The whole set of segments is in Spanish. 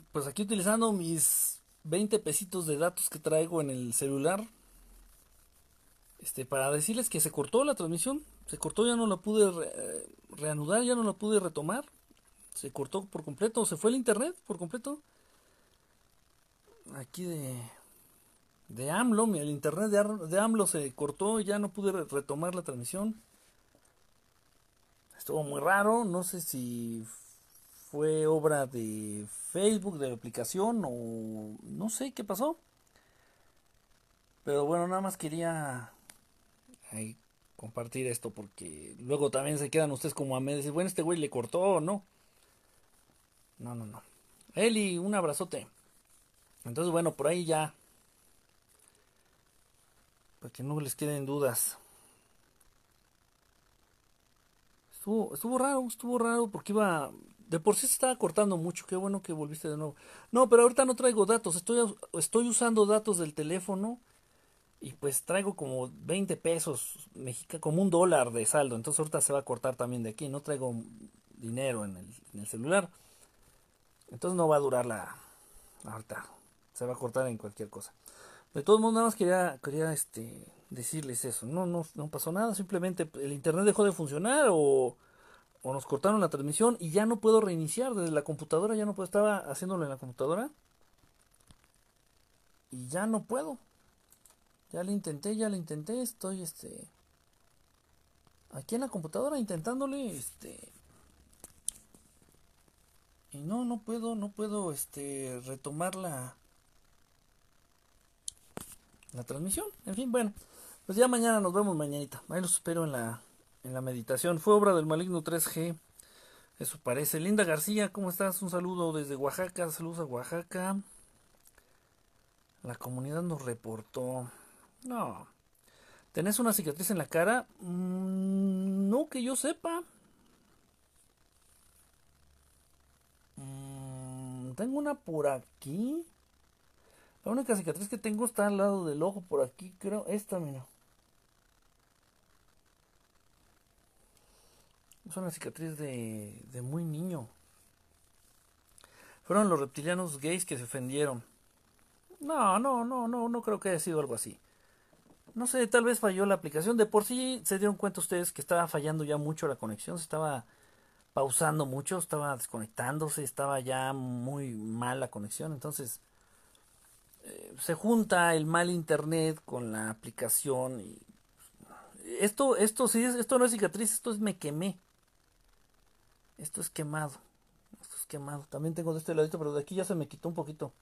Pues aquí utilizando mis 20 pesitos de datos que traigo en el celular, para decirles que se cortó la transmisión, se cortó, ya no la pude reanudar, ya no la pude retomar, se cortó por completo, se fue el internet por completo. Aquí de AMLO, el internet de AMLO se cortó y ya no pude retomar la transmisión. Estuvo muy raro, no sé si fue obra de Facebook, de la aplicación o no sé qué pasó. Pero bueno, nada más quería ahí compartir esto porque luego también se quedan ustedes como a medio decir, bueno, este güey le cortó o no. No, no, no. Eli, un abrazote. Entonces, bueno, por ahí ya, para que no les queden dudas. Estuvo raro porque iba, de por sí se estaba cortando mucho, qué bueno que volviste de nuevo. No, pero ahorita no traigo datos, estoy usando datos del teléfono y pues traigo como 20 pesos mexicanos, como $1 de saldo, entonces ahorita se va a cortar también de aquí, no traigo dinero en el celular, entonces no va a durar ahorita, se va a cortar en cualquier cosa. De todos modos, nada más quería decirles eso, no pasó nada, simplemente el internet dejó de funcionar o nos cortaron la transmisión y ya no puedo reiniciar desde la computadora, ya no puedo, estaba haciéndolo en la computadora y ya no puedo. Ya le intenté, estoy aquí en la computadora intentándole y no puedo retomar la transmisión. En fin, bueno, pues ya mañana nos vemos mañanita. Ahí los espero en la meditación. Fue obra del maligno 3G. Eso parece. Linda García, ¿cómo estás? Un saludo desde Oaxaca. Saludos a Oaxaca. La comunidad nos reportó. No. ¿Tenés una cicatriz en la cara? No que yo sepa. Tengo una por aquí. La única cicatriz que tengo está al lado del ojo por aquí, creo. Esta, mira. Es una cicatriz de muy niño. Fueron los reptilianos gays que se ofendieron. No creo que haya sido algo así. No sé, tal vez falló la aplicación. De por sí se dieron cuenta ustedes que estaba fallando ya mucho la conexión. Se estaba pausando mucho, estaba desconectándose, estaba ya muy mal la conexión. Entonces se junta el mal internet con la aplicación. Y esto sí, esto no es cicatriz, esto es me quemé. Esto es quemado. Esto es quemado. También tengo de este ladito, pero de aquí ya se me quitó un poquito.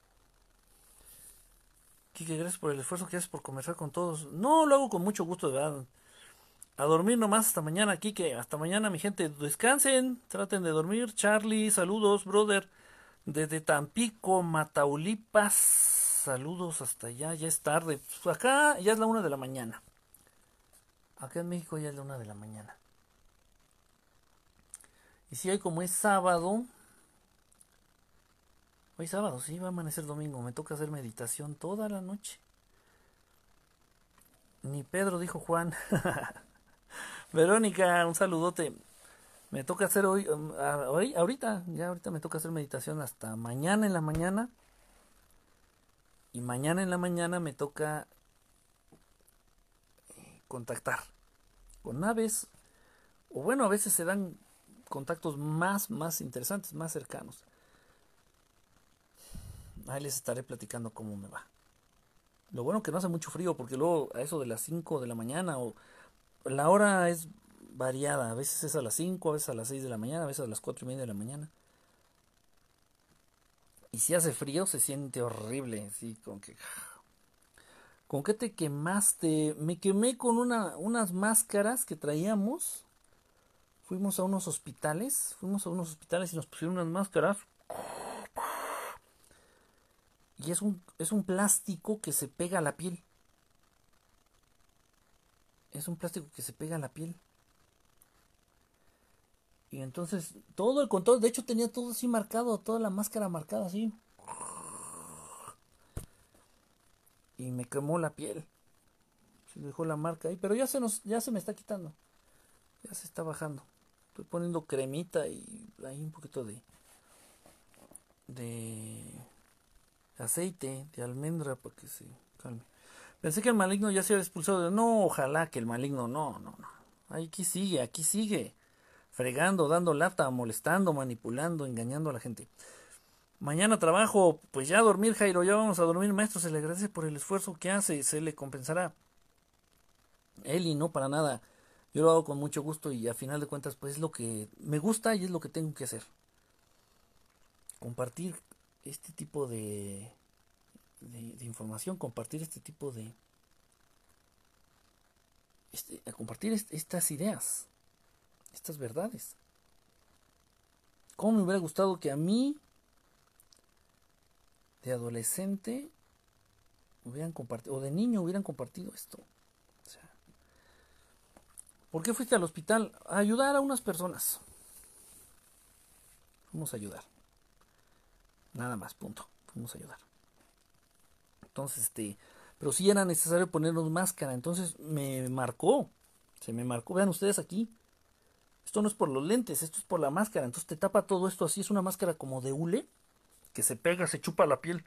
Kike, gracias por el esfuerzo que haces por conversar con todos. No, lo hago con mucho gusto, de verdad. A dormir nomás hasta mañana, Kike. Hasta mañana, mi gente. Descansen, traten de dormir. Charlie, saludos, brother. Desde Tampico, Mataulipas. Saludos hasta allá, ya es tarde. Pues acá ya es la 1 de la mañana. Acá en México ya es la 1 de la mañana. Y si hoy como es sábado, hoy sábado, sí, va a amanecer domingo. Me toca hacer meditación toda la noche. Ni Pedro, dijo Juan. Verónica, un saludote. Me toca hacer ahorita me toca hacer meditación hasta mañana en la mañana. Y mañana en la mañana me toca contactar con naves. O bueno, a veces se dan contactos más interesantes, más cercanos. Ahí les estaré platicando cómo me va. Lo bueno que no hace mucho frío porque luego a eso de las 5 de la mañana o la hora es variada. A veces es a las 5, a veces a las 6 de la mañana, a veces a las 4:30 de la mañana. Y si hace frío se siente horrible, sí, ¿con qué te quemaste? Me quemé con unas máscaras que traíamos. Fuimos a unos hospitales y nos pusieron unas máscaras. Y es un plástico que se pega a la piel. Es un plástico que se pega a la piel. Y entonces todo el control, de hecho tenía todo así marcado, toda la máscara marcada así. Y me quemó la piel. Se dejó la marca ahí, pero ya se me está quitando. Ya se está bajando. Estoy poniendo cremita y ahí un poquito de aceite de almendra para que se calme. Pensé que el maligno ya se había expulsado. No, ojalá que el maligno, no, no, no. Aquí sigue. Fregando, dando lata, molestando, manipulando, engañando a la gente. Mañana trabajo, pues ya a dormir, Jairo, ya vamos a dormir, maestro. Se le agradece por el esfuerzo que hace, se le compensará. Eli, no para nada. Yo lo hago con mucho gusto y a final de cuentas, pues es lo que me gusta y es lo que tengo que hacer. Compartir este tipo de información, compartir este tipo de... compartir estas ideas, estas verdades. ¿Cómo me hubiera gustado que a mí, de adolescente, hubieran compartido, o de niño hubieran compartido esto? O sea, ¿por qué fuiste al hospital? A ayudar a unas personas. Fuimos a ayudar. Nada más, punto. Fuimos a ayudar. Entonces, pero sí era necesario ponernos máscara. Entonces me marcó. Se me marcó. Vean ustedes aquí. Esto no es por los lentes, esto es por la máscara. Entonces te tapa todo esto así. Es una máscara como de hule que se pega, se chupa la piel.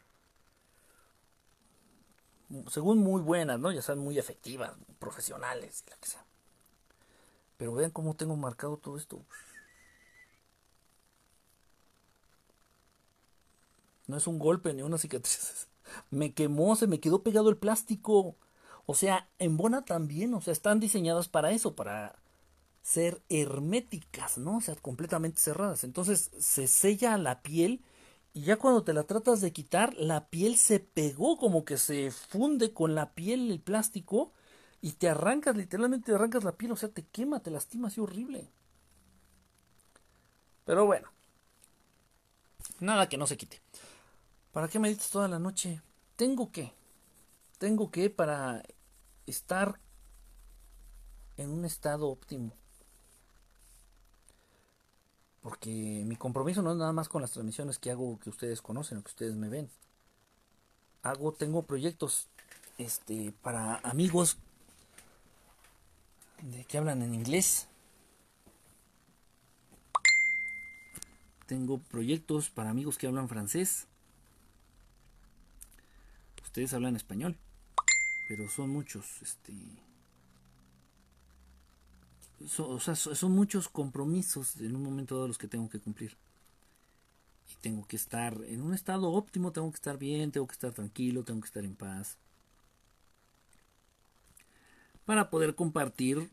Según muy buenas, ¿no? Ya saben, muy efectivas, profesionales, lo que sea. Pero vean cómo tengo marcado todo esto. No es un golpe ni una cicatriz. Me quemó, se me quedó pegado el plástico. O sea, en Bona también, o sea, están diseñadas para eso, para ser herméticas, ¿no? O sea, completamente cerradas. Entonces se sella la piel y ya cuando te la tratas de quitar, la piel se pegó, como que se funde con la piel el plástico y te arrancas, literalmente te arrancas la piel, o sea, te quema, te lastima así horrible. Pero bueno, nada que no se quite. ¿Para qué meditas toda la noche? Tengo que, para estar en un estado óptimo. Porque mi compromiso no es nada más con las transmisiones que hago que ustedes conocen o que ustedes me ven. Tengo proyectos para amigos que hablan en inglés. Tengo proyectos para amigos que hablan francés. Ustedes hablan español, pero son muchos, son muchos compromisos en un momento dado los que tengo que cumplir. Y tengo que estar en un estado óptimo, tengo que estar bien, tengo que estar tranquilo, tengo que estar en paz. Para poder compartir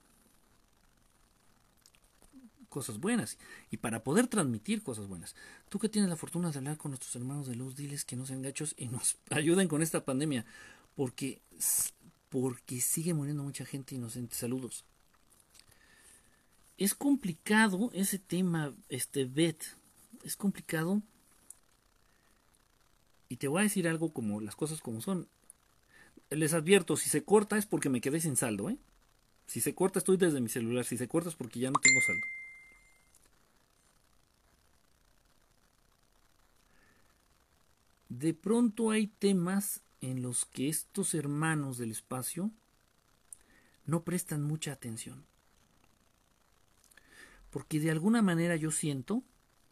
cosas buenas y para poder transmitir cosas buenas. Tú que tienes la fortuna de hablar con nuestros hermanos de luz, diles que no sean gachos y nos ayuden con esta pandemia, porque sigue muriendo mucha gente inocente. Saludos. Es complicado ese tema, Bet. Es complicado. Y te voy a decir algo como las cosas como son. Les advierto, si se corta es porque me quedé sin saldo, ¿eh? Si se corta estoy desde mi celular, si se corta es porque ya no tengo saldo. De pronto hay temas en los que estos hermanos del espacio no prestan mucha atención. Porque de alguna manera yo siento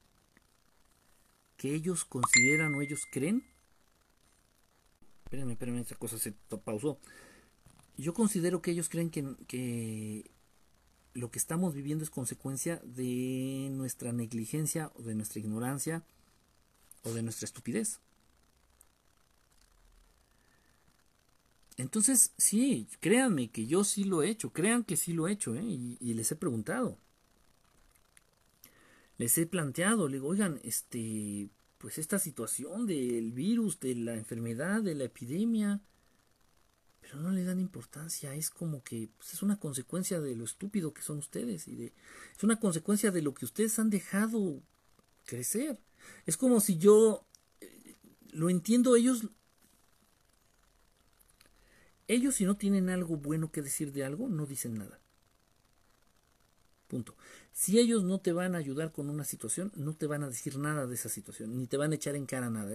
que ellos consideran o ellos creen. Espérenme, esta cosa se pausó. Yo considero que ellos creen que lo que estamos viviendo es consecuencia de nuestra negligencia o de nuestra ignorancia o de nuestra estupidez. Entonces, sí, créanme que yo sí lo he hecho, crean que sí lo he hecho, y les he preguntado. Les he planteado, le digo, oigan, pues esta situación del virus, de la enfermedad, de la epidemia, pero no le dan importancia, es como que pues es una consecuencia de lo estúpido que son ustedes es una consecuencia de lo que ustedes han dejado crecer. Es como si yo lo entiendo, ellos si no tienen algo bueno que decir de algo, no dicen nada. Punto. Si ellos no te van a ayudar con una situación, no te van a decir nada de esa situación, ni te van a echar en cara nada.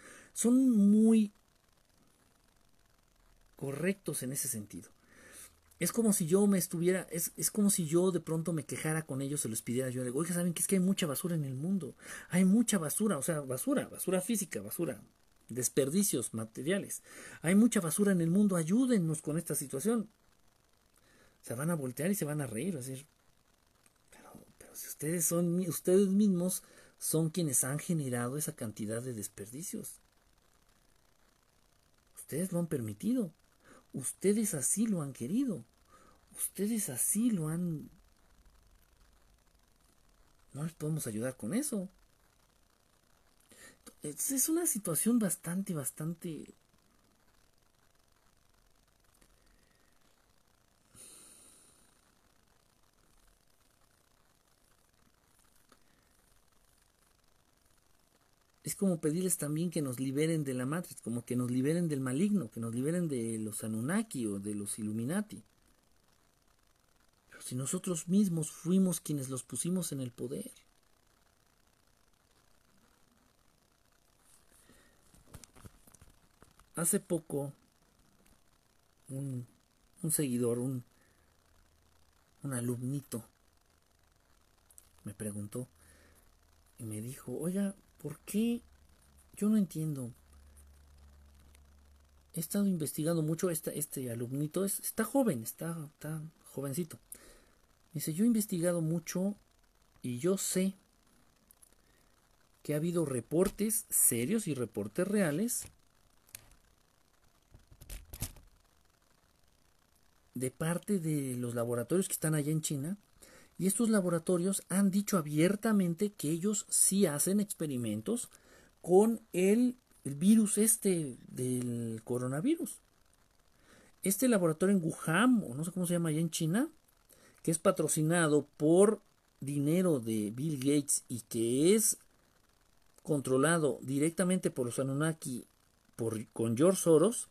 Son muy correctos en ese sentido. Es como si yo me estuviera, es como si yo de pronto me quejara con ellos, se los pidiera yo, le digo, oiga, ¿saben qué? Es que hay mucha basura en el mundo, hay mucha basura, o sea, basura física, basura, desperdicios materiales, hay mucha basura en el mundo, ayúdennos con esta situación. Se van a voltear y se van a reír, a decir, pero si ustedes mismos son quienes han generado esa cantidad de desperdicios, ustedes lo han permitido, ustedes así lo han querido, ustedes así lo han. No les podemos ayudar con eso. Es una situación bastante. Es como pedirles también que nos liberen de la Matrix, como que nos liberen del maligno, que nos liberen de los Anunnaki o de los Illuminati. Pero si nosotros mismos fuimos quienes los pusimos en el poder. Hace poco, un seguidor, un alumnito, me preguntó y me dijo, oiga, ¿por qué? Yo no entiendo. He estado investigando mucho, este alumnito está joven, está jovencito. Dice, yo he investigado mucho y yo sé que ha habido reportes serios y reportes reales de parte de los laboratorios que están allá en China, y estos laboratorios han dicho abiertamente que ellos sí hacen experimentos con el virus del coronavirus. Este laboratorio en Wuhan, o no sé cómo se llama allá en China, que es patrocinado por dinero de Bill Gates y que es controlado directamente por los Anunnaki con George Soros,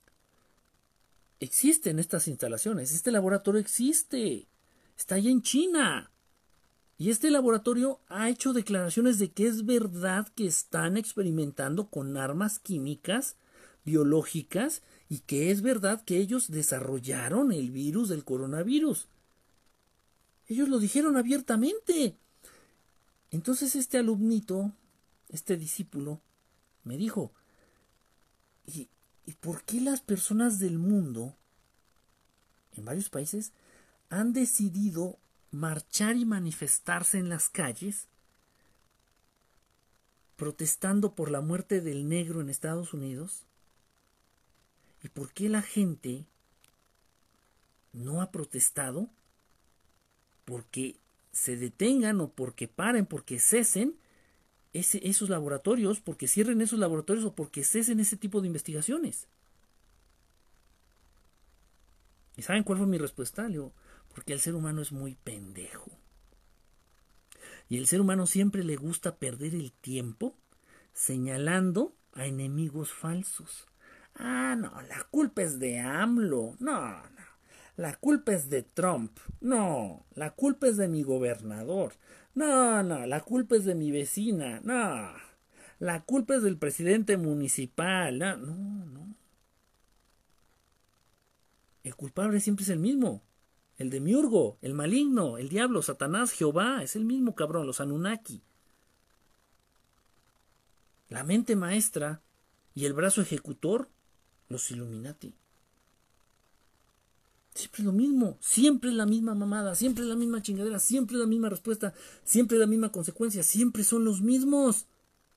existen estas instalaciones, este laboratorio existe, está allá en China. Y este laboratorio ha hecho declaraciones de que es verdad que están experimentando con armas químicas, biológicas, y que es verdad que ellos desarrollaron el virus del coronavirus. Ellos lo dijeron abiertamente. Entonces este alumnito, este discípulo, me dijo, ¿y por qué las personas del mundo, en varios países, han decidido marchar y manifestarse en las calles protestando por la muerte del negro en Estados Unidos? ¿Y por qué la gente no ha protestado porque se detengan o porque paren, porque cesen esos laboratorios, porque cierren esos laboratorios o porque cesen ese tipo de investigaciones? ¿Y saben cuál fue mi respuesta? Le digo, porque el ser humano es muy pendejo. Y el ser humano siempre le gusta perder el tiempo señalando a enemigos falsos. Ah, no, la culpa es de AMLO. No. La culpa es de Trump. No, la culpa es de mi gobernador. No, la culpa es de mi vecina. No, la culpa es del presidente municipal. No. El culpable siempre es el mismo. El demiurgo, el maligno, el diablo, Satanás, Jehová. Es el mismo cabrón, los Anunnaki. La mente maestra y el brazo ejecutor, los Illuminati. Siempre es lo mismo, siempre es la misma mamada, siempre es la misma chingadera, siempre es la misma respuesta, siempre es la misma consecuencia, siempre son los mismos.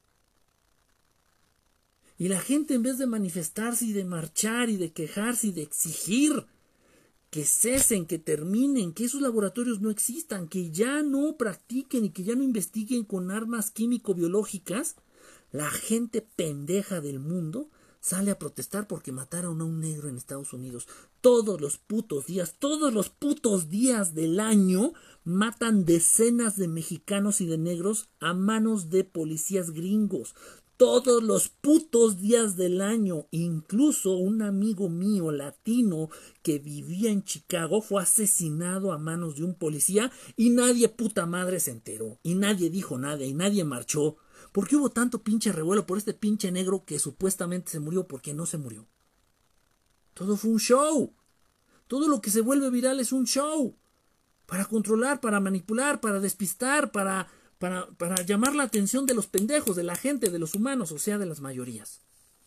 Y la gente, en vez de manifestarse y de marchar y de quejarse y de exigir que cesen, que terminen, que esos laboratorios no existan, que ya no practiquen y que ya no investiguen con armas químico-biológicas, la gente pendeja del mundo sale a protestar porque mataron a un negro en Estados Unidos. Todos los putos días del año matan decenas de mexicanos y de negros a manos de policías gringos. Todos los putos días del año. Incluso un amigo mío latino que vivía en Chicago fue asesinado a manos de un policía y nadie puta madre se enteró. Y nadie dijo nada y nadie marchó. ¿Por qué hubo tanto pinche revuelo por este pinche negro que supuestamente se murió porque no se murió? Todo fue un show. Todo lo que se vuelve viral es un show. Para controlar, para manipular, para despistar, para llamar la atención de los pendejos, de la gente, de los humanos, o sea, de las mayorías.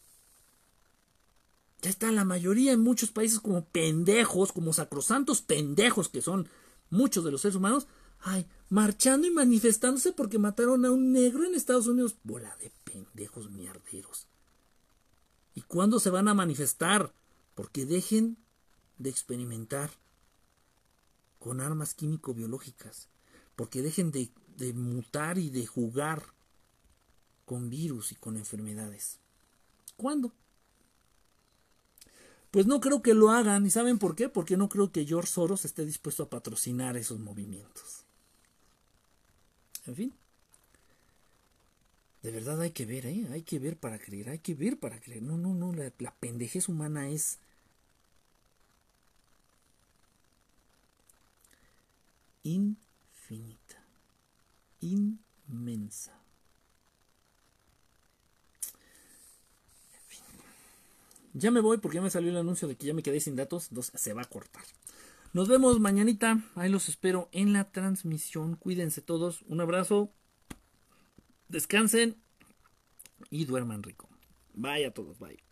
Ya está la mayoría en muchos países como pendejos, como sacrosantos pendejos que son muchos de los seres humanos, ay, marchando y manifestándose porque mataron a un negro en Estados Unidos. Bola de pendejos mierderos. ¿Y cuándo se van a manifestar? Porque dejen de experimentar con armas químico-biológicas. Porque dejen de mutar y de jugar con virus y con enfermedades. ¿Cuándo? Pues no creo que lo hagan. ¿Y saben por qué? Porque no creo que George Soros esté dispuesto a patrocinar esos movimientos. En fin. De verdad hay que ver, ¿eh? Hay que ver para creer. Hay que ver para creer. No. La pendejez humana es infinita. Inmensa. Ya me voy porque ya me salió el anuncio de que ya me quedé sin datos, entonces se va a cortar. Nos vemos mañanita, ahí los espero en la transmisión. Cuídense todos, un abrazo, descansen y duerman rico. Bye a todos, bye.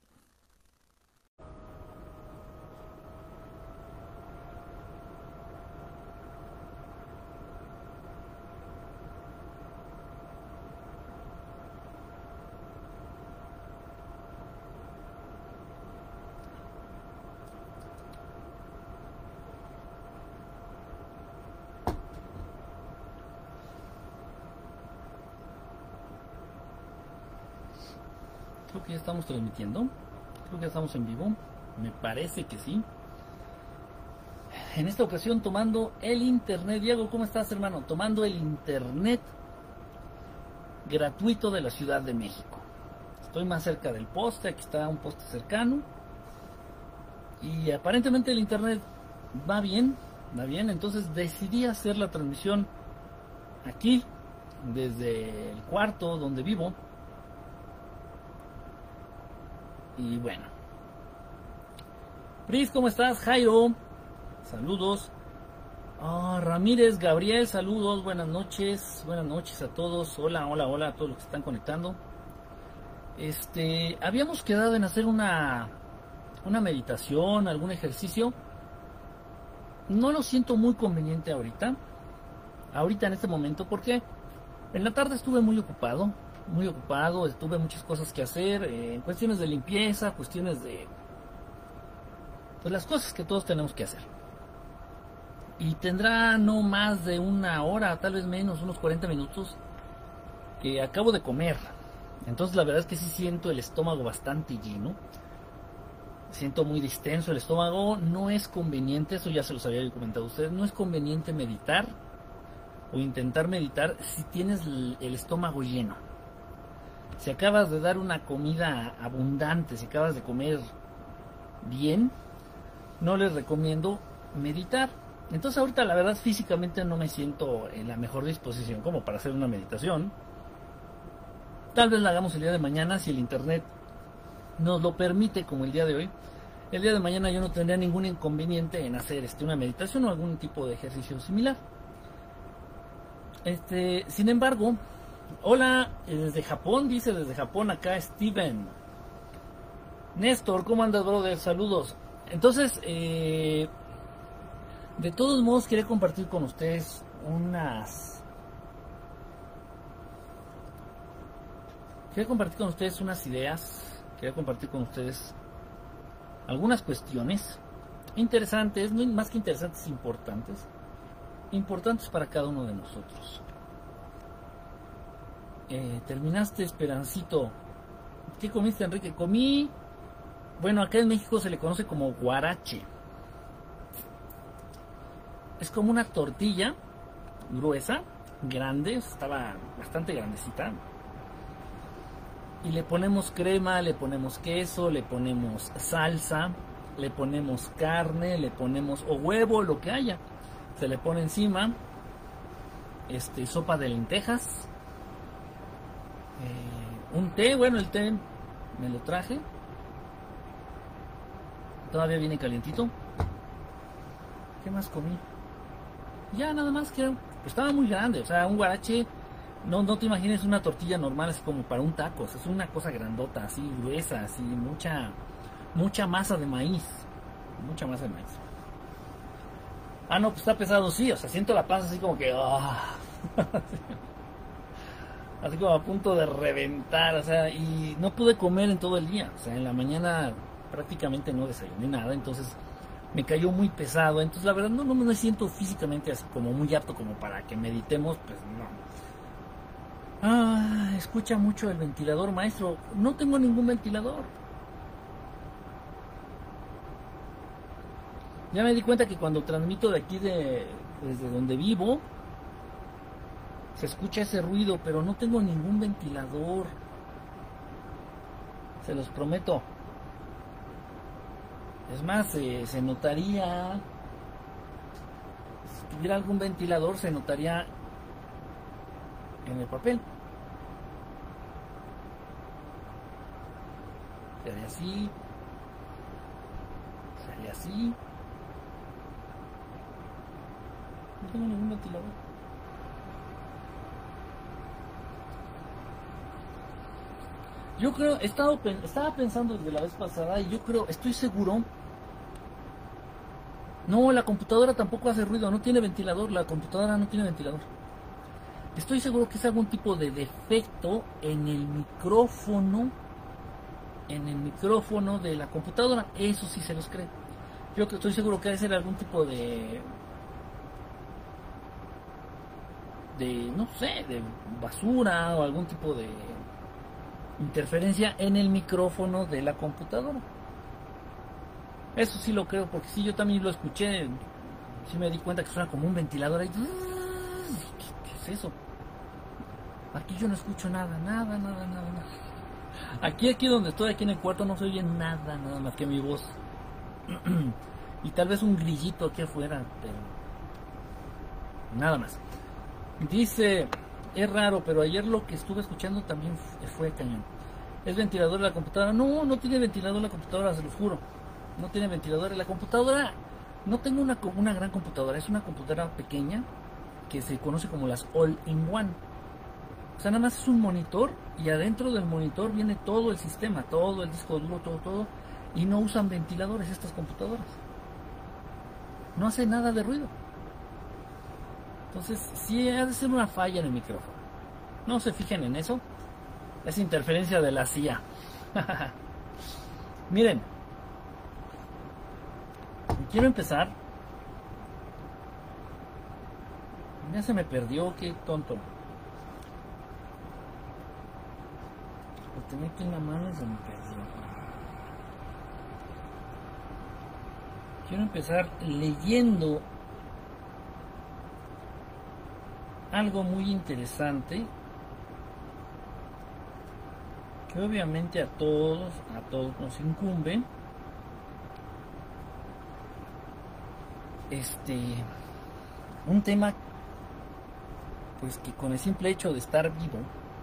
Creo que ya estamos transmitiendo. Creo que ya estamos en vivo. Me parece que sí. En esta ocasión tomando el internet. Diego, ¿cómo estás, hermano? Tomando el internet gratuito de la Ciudad de México. Estoy más cerca del poste. Aquí está un poste cercano. Y aparentemente el internet va bien. Va bien. Entonces decidí hacer la transmisión aquí, desde el cuarto donde vivo. Y bueno. Pris, ¿cómo estás? Jairo, saludos. Ramírez, Gabriel, saludos, buenas noches a todos. Hola a todos los que se están conectando. Habíamos quedado en hacer una meditación, algún ejercicio. No lo siento muy conveniente ahorita en este momento, porque en la tarde estuve muy ocupado, tuve muchas cosas que hacer, cuestiones de limpieza, cuestiones de pues las cosas que todos tenemos que hacer. Y tendrá no más de una hora, tal vez menos, unos 40 minutos que acabo de comer. Entonces la verdad es que sí siento el estómago bastante lleno. Siento muy distenso el estómago. No es conveniente, eso ya se los había comentado a ustedes, no es conveniente meditar o intentar meditar si tienes el estómago lleno. Si acabas de dar una comida abundante, si acabas de comer bien, no les recomiendo meditar. Entonces ahorita la verdad físicamente no me siento en la mejor disposición como para hacer una meditación. Tal vez la hagamos el día de mañana si el internet nos lo permite, como el día de hoy. El día de mañana yo no tendría ningún inconveniente en hacer una meditación o algún tipo de ejercicio similar. Sin embargo, hola, desde Japón, dice desde Japón acá Steven. Néstor, ¿cómo andas, brother? Saludos. Entonces, de todos modos quería compartir con ustedes unas ideas, quería compartir con ustedes algunas cuestiones interesantes, no más que interesantes, importantes para cada uno de nosotros. Terminaste, Esperancito. ¿Qué comiste, Enrique? Comí, bueno, acá en México se le conoce como guarache. Es como una tortilla gruesa, grande, estaba bastante grandecita. Y le ponemos crema, le ponemos queso, le ponemos salsa, le ponemos carne, le ponemos o huevo, lo que haya. Se le pone encima sopa de lentejas, un té. Bueno, el té me lo traje, todavía viene calientito. ¿Qué más comí? Ya nada más que estaba muy grande, o sea, un guarache, no te imagines una tortilla normal, es como para un taco, o sea, es una cosa grandota, así gruesa, así mucha masa de maíz, mucha masa de maíz. Ah, no, pues está pesado, sí, o sea, siento la panza así como que, así como a punto de reventar, o sea, y no pude comer en todo el día, o sea, en la mañana prácticamente no desayuné nada, entonces me cayó muy pesado, entonces la verdad no me siento físicamente así como muy apto como para que meditemos, pues no. Ah, escucha mucho el ventilador, maestro. No tengo ningún ventilador. Ya me di cuenta que cuando transmito de aquí desde donde vivo, se escucha ese ruido, pero no tengo ningún ventilador. Se los prometo. Es más, se notaría, si tuviera algún ventilador, se notaría en el papel. Sería así. Sería así. No tengo ningún ventilador. Yo creo, estaba pensando desde la vez pasada y yo creo, estoy seguro. No, la computadora tampoco hace ruido, no tiene ventilador, la computadora no tiene ventilador. Estoy seguro que es algún tipo de defecto en el micrófono de la computadora, eso sí se los creo. Yo estoy seguro que debe ser algún tipo de no sé, de basura o algún tipo de interferencia en el micrófono de la computadora. Eso sí lo creo, porque sí, yo también lo escuché, sí me di cuenta que suena como un ventilador ahí. ¿Qué es eso? Aquí yo no escucho nada. Aquí donde estoy, aquí en el cuarto, no se oye nada más que mi voz. Y tal vez un grillito aquí afuera, pero nada más. Dice, es raro, pero ayer lo que estuve escuchando también fue cañón. ¿Es ventilador de la computadora? No tiene ventilador la computadora, se lo juro. No tiene ventilador en la computadora. No tengo una gran computadora, es una computadora pequeña que se conoce como las All-in-One. O sea, nada más es un monitor y adentro del monitor viene todo el sistema, todo el disco duro, todo. Y no usan ventiladores estas computadoras. No hace nada de ruido. Entonces, sí ha de ser una falla en el micrófono. No se fijen en eso. Es interferencia de la CIA. Miren. Quiero empezar. Ya se me perdió, qué tonto. Lo tenía aquí en la mano y se me perdió. Quiero empezar leyendo algo muy interesante que obviamente a todos nos incumbe. Un tema pues que con el simple hecho de estar vivo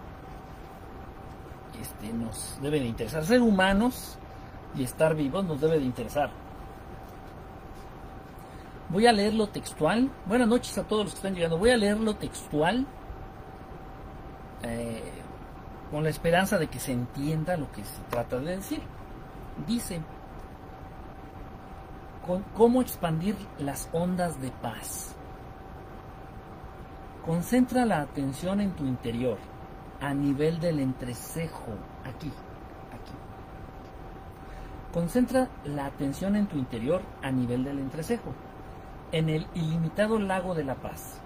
nos debe de interesar. Ser humanos y estar vivos nos debe de interesar. Voy a leerlo textual. Buenas noches a todos los que están llegando. Voy a leerlo textual con la esperanza de que se entienda lo que se trata de decir. Dice: ¿cómo expandir las ondas de paz? Concentra la atención en tu interior, a nivel del entrecejo, aquí. Concentra la atención en tu interior a nivel del entrecejo, en el ilimitado lago de la paz.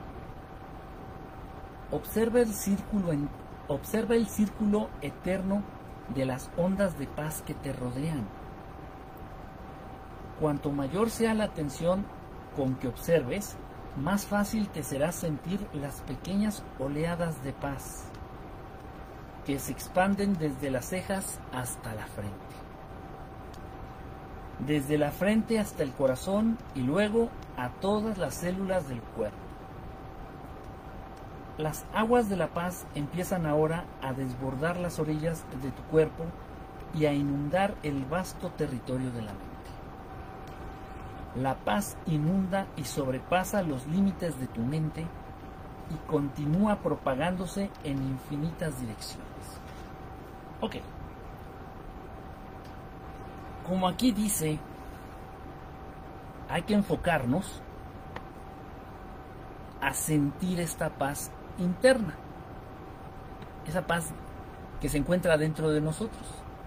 Observa el círculo eterno de las ondas de paz que te rodean. Cuanto mayor sea la atención con que observes, más fácil te será sentir las pequeñas oleadas de paz que se expanden desde las cejas hasta la frente, desde la frente hasta el corazón y luego a todas las células del cuerpo. Las aguas de la paz empiezan ahora a desbordar las orillas de tu cuerpo y a inundar el vasto territorio de la mente. La paz inunda y sobrepasa los límites de tu mente y continúa propagándose en infinitas direcciones. Ok. Como aquí dice, hay que enfocarnos a sentir esta paz interna. Esa paz que se encuentra dentro de nosotros.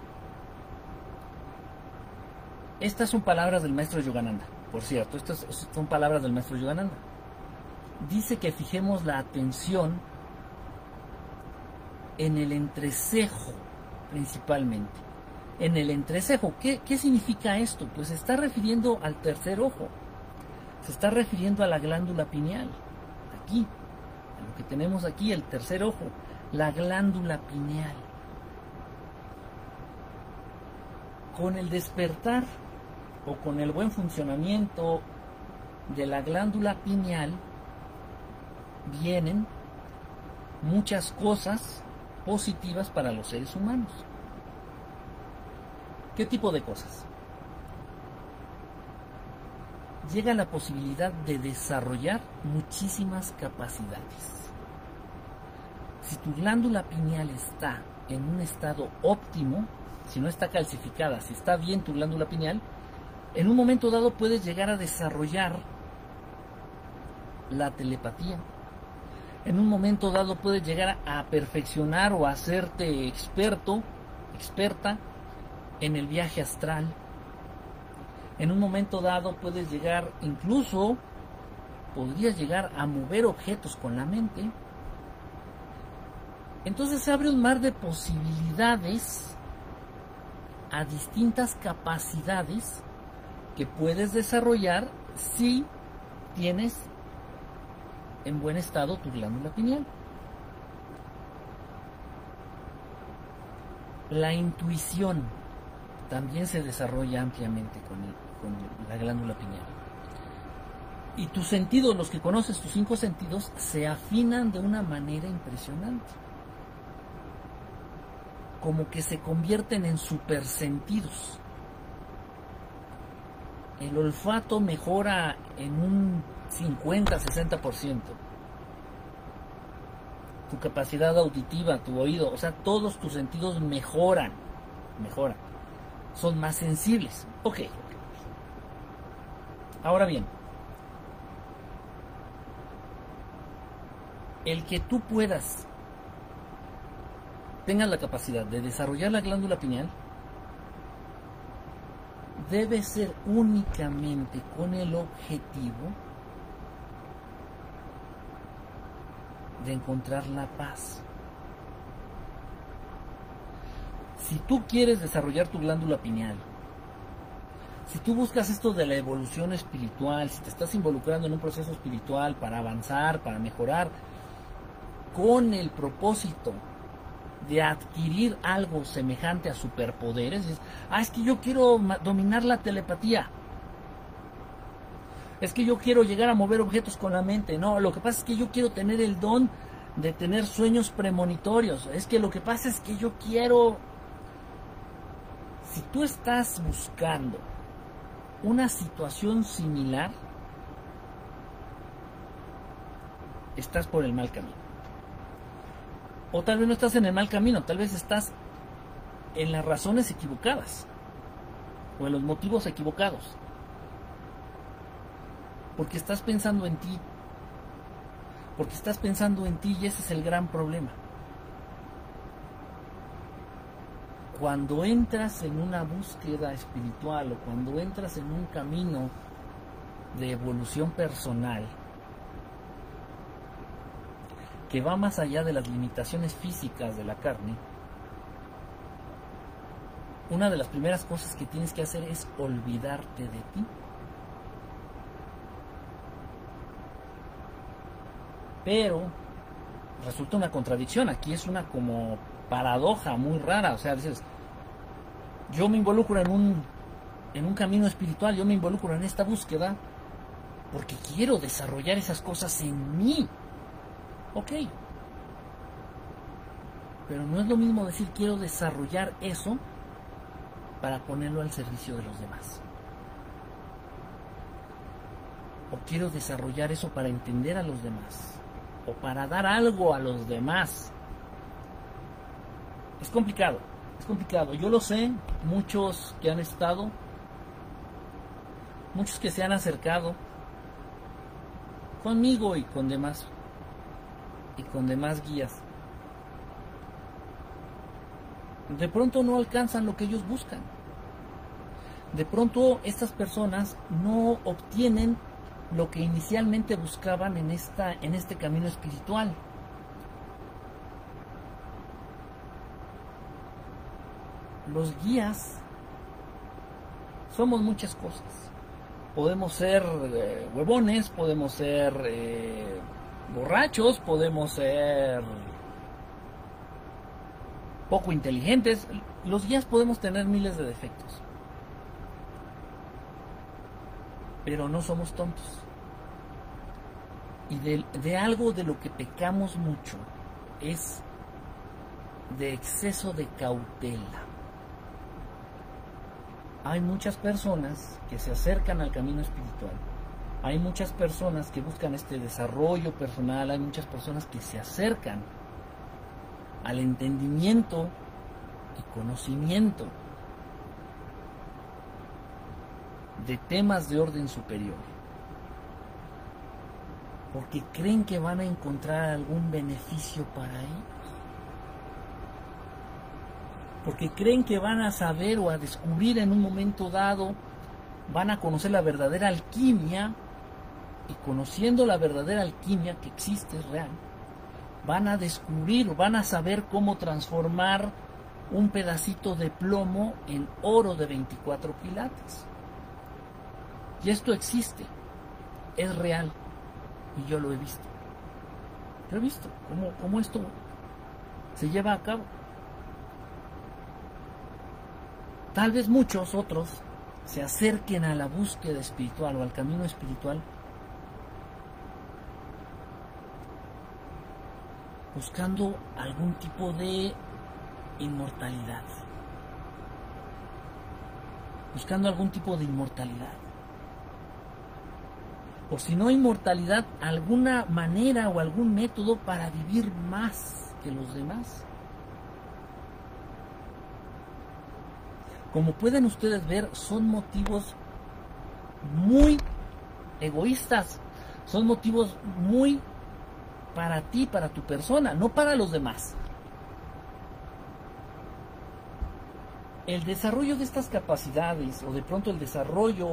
Estas son palabras del maestro Yogananda, por cierto, estas son palabras del maestro Yogananda. Dice que fijemos la atención en el entrecejo, principalmente. En el entrecejo, ¿qué significa esto? Pues se está refiriendo al tercer ojo, se está refiriendo a la glándula pineal, aquí, a lo que tenemos aquí, el tercer ojo, la glándula pineal. Con el despertar o con el buen funcionamiento de la glándula pineal vienen muchas cosas positivas para los seres humanos. ¿Qué tipo de cosas? Llega la posibilidad de desarrollar muchísimas capacidades. Si tu glándula pineal está en un estado óptimo, si no está calcificada, si está bien tu glándula pineal, en un momento dado puedes llegar a desarrollar la telepatía. En un momento dado puedes llegar a perfeccionar o a hacerte experto, experta en el viaje astral. En un momento dado puedes llegar, incluso podrías llegar a mover objetos con la mente. Entonces se abre un mar de posibilidades a distintas capacidades que puedes desarrollar si tienes en buen estado tu glándula pineal. La intuición también se desarrolla ampliamente con la glándula pineal. Y tus sentidos, los que conoces, tus 5 sentidos, se afinan de una manera impresionante. Como que se convierten en supersentidos. El olfato mejora en un 50-60%. Tu capacidad auditiva, tu oído, o sea, todos tus sentidos mejoran. Son más sensibles. Ok. Ahora bien, el que tú tengas la capacidad de desarrollar la glándula pineal debe ser únicamente con el objetivo de encontrar la paz. Si tú quieres desarrollar tu glándula pineal, si tú buscas esto de la evolución espiritual, si te estás involucrando en un proceso espiritual para avanzar, para mejorar, con el propósito de adquirir algo semejante a superpoderes, es que yo quiero dominar la telepatía, es que yo quiero llegar a mover objetos con la mente. No, lo que pasa es que yo quiero tener el don de tener sueños premonitorios. Es que lo que pasa es que yo quiero... Si tú estás buscando una situación similar, estás por el mal camino. O tal vez no estás en el mal camino, tal vez estás en las razones equivocadas o en los motivos equivocados. Porque estás pensando en ti. Porque estás pensando en ti y ese es el gran problema. Cuando entras en una búsqueda espiritual o cuando entras en un camino de evolución personal que va más allá de las limitaciones físicas de la carne, una de las primeras cosas que tienes que hacer es olvidarte de ti. Pero resulta una contradicción, aquí es una como paradoja muy rara, o sea, dices, yo me involucro en un camino espiritual, yo me involucro en esta búsqueda porque quiero desarrollar esas cosas en mí. Ok, pero no es lo mismo decir quiero desarrollar eso para ponerlo al servicio de los demás. o quiero desarrollar eso para entender a los demás, o para dar algo a los demás. Es complicado, es complicado. Yo lo sé, muchos que han estado, muchos que se han acercado conmigo y con demás guías, de pronto no alcanzan lo que ellos buscan. De pronto estas personas no obtienen lo que inicialmente buscaban en este camino espiritual. Los guías somos muchas cosas. Podemos ser huevones, podemos ser borrachos, podemos ser poco inteligentes. Los guías podemos tener miles de defectos, pero no somos tontos. Y de algo de lo que pecamos mucho es de exceso de cautela. Hay muchas personas que se acercan al camino espiritual, hay muchas personas que buscan este desarrollo personal, hay muchas personas que se acercan al entendimiento y conocimiento de temas de orden superior, porque creen que van a encontrar algún beneficio para ellos, porque creen que van a saber o a descubrir en un momento dado, van a conocer la verdadera alquimia, y conociendo la verdadera alquimia que existe, es real, van a descubrir, van a saber cómo transformar un pedacito de plomo en oro de 24 quilates. Y esto existe, es real, y yo lo he visto. Yo he visto cómo esto se lleva a cabo. Tal vez muchos otros se acerquen a la búsqueda espiritual o al camino espiritual buscando algún tipo de inmortalidad. Buscando algún tipo de inmortalidad. O si no inmortalidad, alguna manera o algún método para vivir más que los demás. Como pueden ustedes ver, son motivos muy egoístas. Son motivos muy para ti, para tu persona, no para los demás. El desarrollo de estas capacidades, o de pronto el desarrollo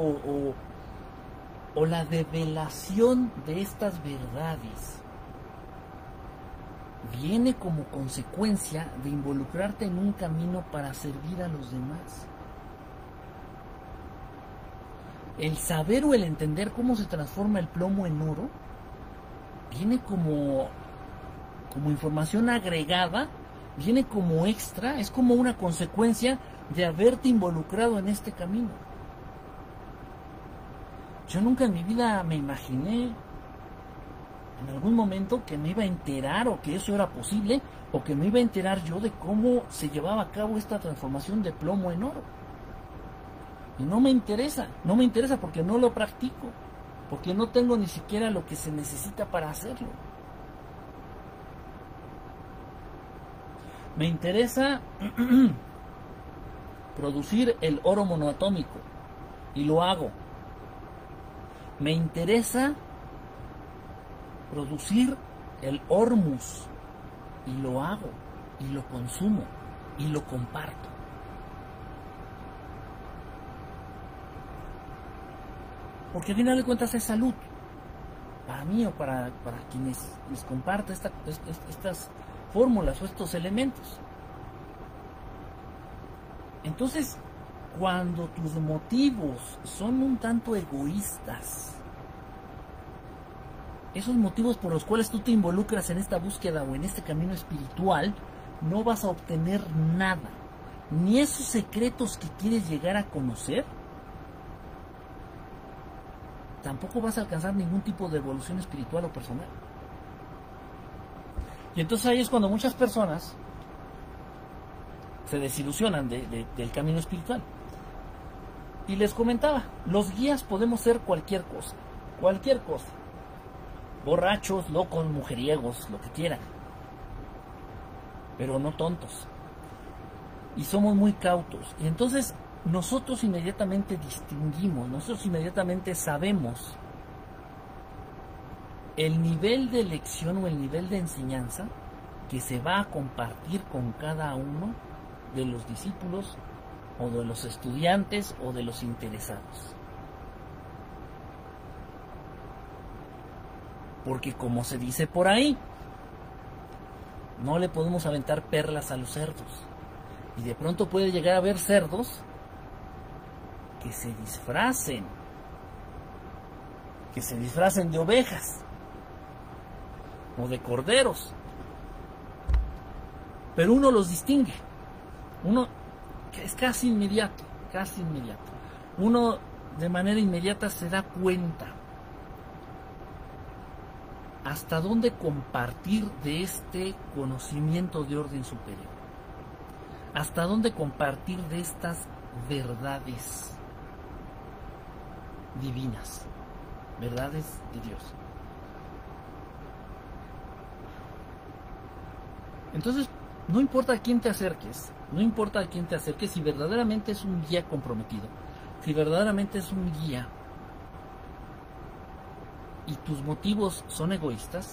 o la develación de estas verdades, viene como consecuencia de involucrarte en un camino para servir a los demás. El saber o el entender cómo se transforma el plomo en oro viene como información agregada, viene como extra, es como una consecuencia de haberte involucrado en este camino. Yo nunca en mi vida me imaginé en algún momento que me iba a enterar o que eso era posible, o que me iba a enterar yo de cómo se llevaba a cabo esta transformación de plomo en oro. Y no me interesa porque no lo practico, porque no tengo ni siquiera lo que se necesita para hacerlo. Me interesa producir el oro monoatómico, y lo hago. Me interesa producir el hormus, y lo hago, y lo consumo, y lo comparto. Porque al final de cuentas es salud, para mí o para quienes les comparto estas fórmulas o estos elementos. Entonces, cuando tus motivos son un tanto egoístas, esos motivos por los cuales tú te involucras en esta búsqueda o en este camino espiritual, no vas a obtener nada, ni esos secretos que quieres llegar a conocer, tampoco vas a alcanzar ningún tipo de evolución espiritual o personal. Y entonces ahí es cuando muchas personas se desilusionan del camino espiritual. Y les comentaba, los guías podemos ser cualquier cosa. cualquier cosa. Borrachos, locos, mujeriegos, lo que quieran. Pero no tontos. Y somos muy cautos. Y entonces nosotros inmediatamente distinguimos, nosotros inmediatamente sabemos el nivel de lección o el nivel de enseñanza que se va a compartir con cada uno de los discípulos o de los estudiantes o de los interesados. Porque como se dice por ahí, no le podemos aventar perlas a los cerdos. Y de pronto puede llegar a haber cerdos que se disfracen de ovejas o de corderos. Pero uno los distingue. Uno es casi inmediato. Uno de manera inmediata se da cuenta hasta dónde compartir de este conocimiento de orden superior. Hasta dónde compartir de estas verdades divinas, verdades de Dios. Entonces, no importa a quién te acerques, si verdaderamente es un guía comprometido, si verdaderamente es un guía y tus motivos son egoístas,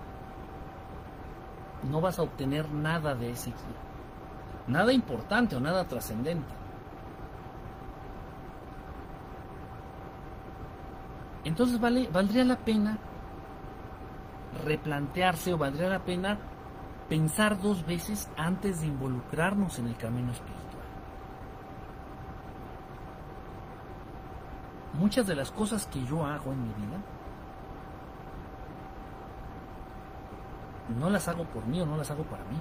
no vas a obtener nada de ese guía. Nada importante o nada trascendente. Entonces valdría la pena replantearse o valdría la pena pensar 2 veces antes de involucrarnos en el camino espiritual. Muchas de las cosas que yo hago en mi vida no las hago por mí o no las hago para mí.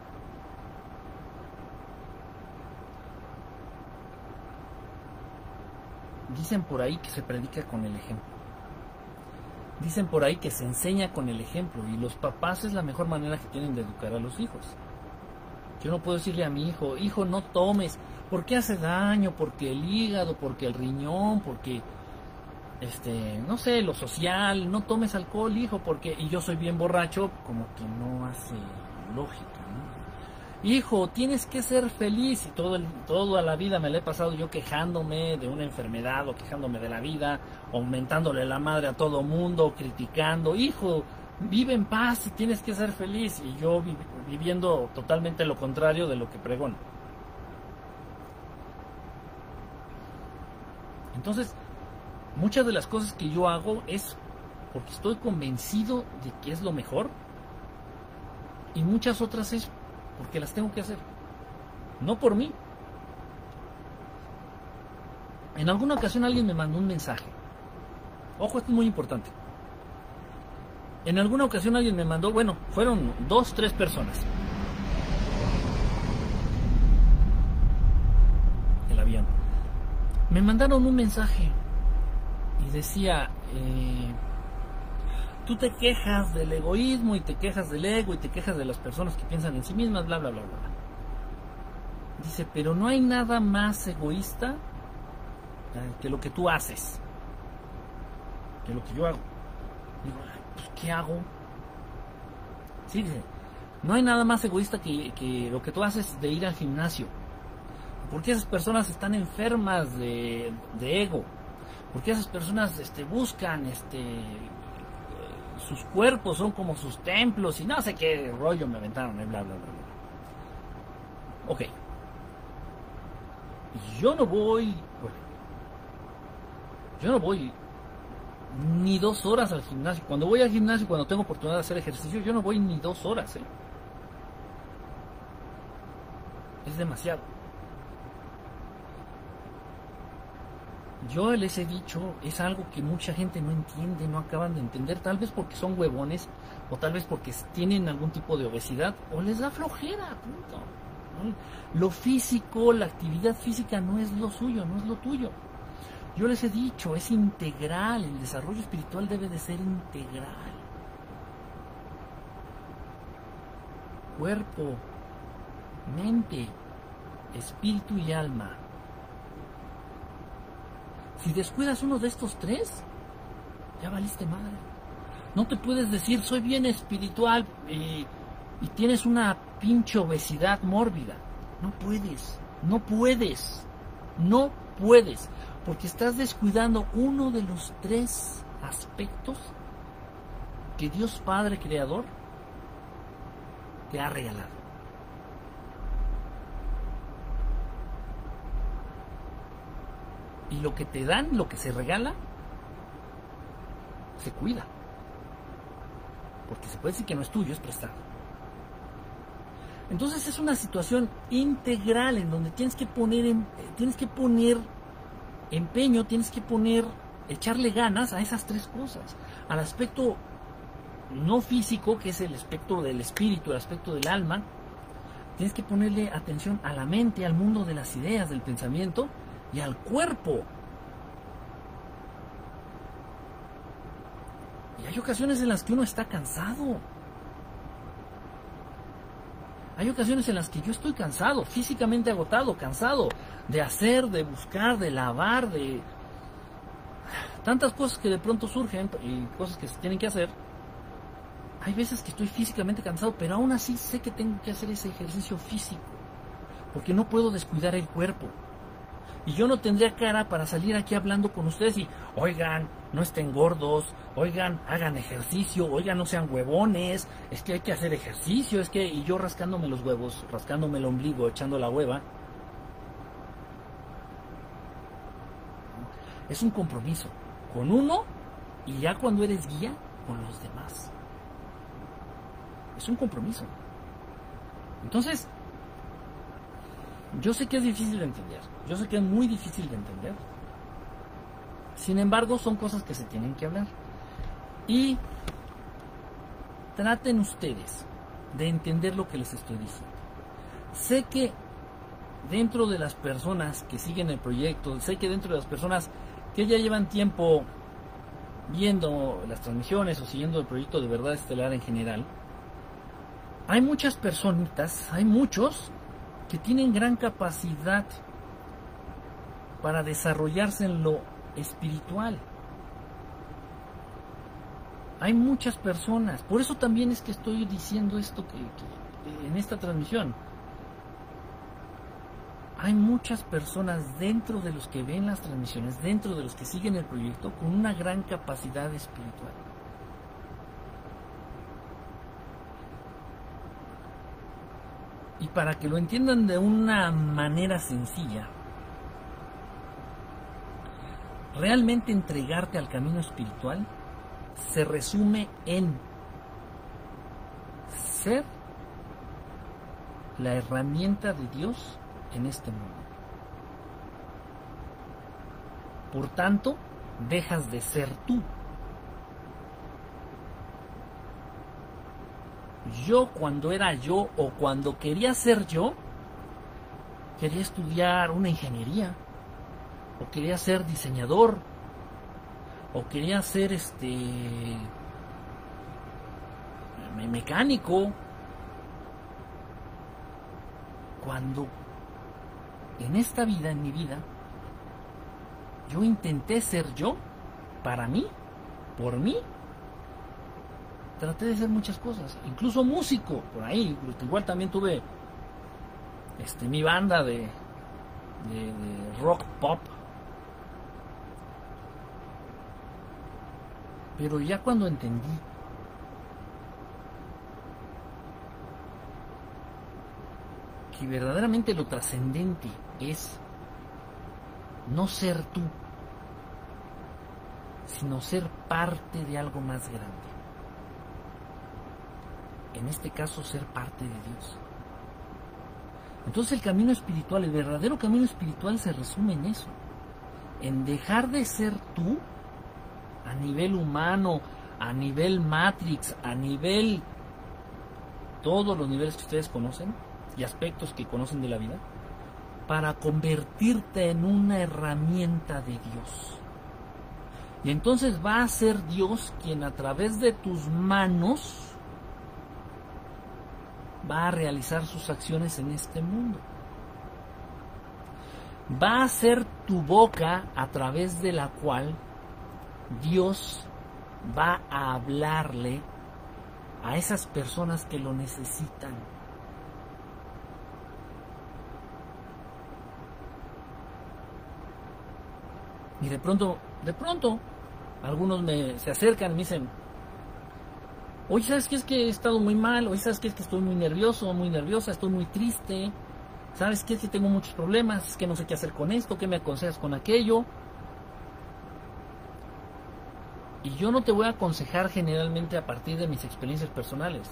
Dicen por ahí que se predica con el ejemplo. Dicen por ahí que se enseña con el ejemplo. Y los papás es la mejor manera que tienen de educar a los hijos. Yo no puedo decirle a mi hijo, hijo, no tomes, porque hace daño, porque el hígado, porque el riñón, porque, no sé, lo social, no tomes alcohol, hijo, porque, y yo soy bien borracho, como que no hace lógica, ¿no? Hijo, tienes que ser feliz. Y toda la vida me la he pasado yo quejándome de una enfermedad o quejándome de la vida, aumentándole la madre a todo mundo, criticando. Hijo, vive en paz y tienes que ser feliz. Y yo viviendo totalmente lo contrario de lo que pregono. Entonces, muchas de las cosas que yo hago es porque estoy convencido de que es lo mejor. Y muchas otras es porque las tengo que hacer, no por mí. En alguna ocasión alguien me mandó un mensaje. Ojo, esto es muy importante. En alguna ocasión alguien me mandó, bueno, fueron 2, 3 personas. El avión. Me mandaron un mensaje y decía, tú te quejas del egoísmo y te quejas del ego y te quejas de las personas que piensan en sí mismas, bla, bla, bla, bla. Dice, pero no hay nada más egoísta que lo que tú haces, que lo que yo hago. Digo, pues, ¿qué hago? Sí, dice, no hay nada más egoísta que lo que tú haces de ir al gimnasio. Porque esas personas están enfermas de ego. Porque esas personas buscan sus cuerpos son como sus templos y no sé qué rollo me aventaron, bla, bla, bla, bla. Ok. Yo no voy ni 2 horas al gimnasio. Cuando voy al gimnasio, cuando tengo oportunidad de hacer ejercicio, yo no voy ni 2 horas. Es demasiado. Yo les he dicho, es algo que mucha gente no entiende, no acaban de entender, tal vez porque son huevones, o tal vez porque tienen algún tipo de obesidad, o les da flojera, punto. ¿No? Lo físico, la actividad física no es lo suyo, no es lo tuyo. Yo les he dicho, es integral, el desarrollo espiritual debe de ser integral. Cuerpo, mente, espíritu y alma. Si descuidas uno de estos 3, ya valiste madre. No te puedes decir, soy bien espiritual y tienes una pinche obesidad mórbida. No puedes, no puedes, no puedes, porque estás descuidando uno de los 3 aspectos que Dios Padre Creador te ha regalado. Y lo que te dan, lo que se regala, se cuida. Porque se puede decir que no es tuyo, es prestado. Entonces es una situación integral en donde tienes que poner empeño, echarle ganas a esas 3 cosas. Al aspecto no físico, que es el aspecto del espíritu, el aspecto del alma, tienes que ponerle atención a la mente, al mundo de las ideas, del pensamiento y al cuerpo. Y hay ocasiones en las que uno está cansado. Hay ocasiones en las que yo estoy cansado, físicamente agotado, cansado de hacer, de buscar, de lavar, de tantas cosas que de pronto surgen y cosas que se tienen que hacer. Hay veces que estoy físicamente cansado, pero aún así sé que tengo que hacer ese ejercicio físico, porque no puedo descuidar el cuerpo. Y yo no tendría cara para salir aquí hablando con ustedes y, oigan, no estén gordos, oigan, hagan ejercicio, oigan, no sean huevones, es que hay que hacer ejercicio, y yo rascándome los huevos, rascándome el ombligo, echando la hueva. Es un compromiso con uno y ya cuando eres guía, con los demás. Es un compromiso. Entonces, yo sé que es difícil de entender, yo sé que es muy difícil de entender. Sin embargo, son cosas que se tienen que hablar. Y traten ustedes de entender lo que les estoy diciendo. Sé que dentro de las personas que siguen el proyecto, sé que dentro de las personas que ya llevan tiempo viendo las transmisiones o siguiendo el proyecto de Verdad Estelar en general, hay muchas personitas, hay muchos que tienen gran capacidad para desarrollarse en lo espiritual. Hay muchas personas, por eso también es que estoy diciendo esto que en esta transmisión. Hay muchas personas dentro de los que ven las transmisiones, dentro de los que siguen el proyecto, con una gran capacidad espiritual. Y para que lo entiendan de una manera sencilla, realmente entregarte al camino espiritual se resume en ser la herramienta de Dios en este mundo. Por tanto, dejas de ser tú. Yo, cuando era yo o cuando quería ser yo, quería estudiar una ingeniería, o quería ser diseñador, o quería ser mecánico. Cuando en esta vida, en mi vida, yo intenté ser yo, para mí, por mí, traté de hacer muchas cosas, incluso músico, por ahí, igual también tuve mi banda de rock pop. Pero ya cuando entendí que verdaderamente lo trascendente es no ser tú, sino ser parte de algo más grande. En este caso, ser parte de Dios. Entonces el camino espiritual, el verdadero camino espiritual se resume en eso, en dejar de ser tú a nivel humano, a nivel Matrix, a nivel todos los niveles que ustedes conocen y aspectos que conocen de la vida, para convertirte en una herramienta de Dios. Y entonces va a ser Dios quien a través de tus manos va a realizar sus acciones en este mundo. Va a ser tu boca a través de la cual Dios va a hablarle a esas personas que lo necesitan. Y de pronto, algunos se acercan y me dicen, oye, ¿sabes qué? Es que he estado muy mal, oye, ¿sabes qué? Es que estoy muy nervioso, muy nerviosa, estoy muy triste, ¿sabes qué? Es que tengo muchos problemas, es que no sé qué hacer con esto, ¿qué me aconsejas con aquello? Y yo no te voy a aconsejar generalmente a partir de mis experiencias personales.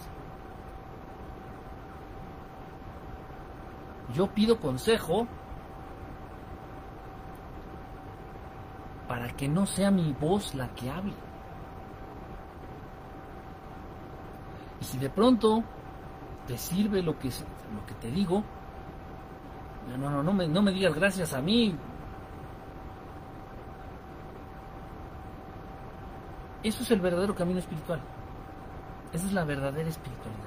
Yo pido consejo para que no sea mi voz la que hable. Y si de pronto te sirve lo que te digo, no me digas gracias a mí. Eso es el verdadero camino espiritual. Esa es la verdadera espiritualidad.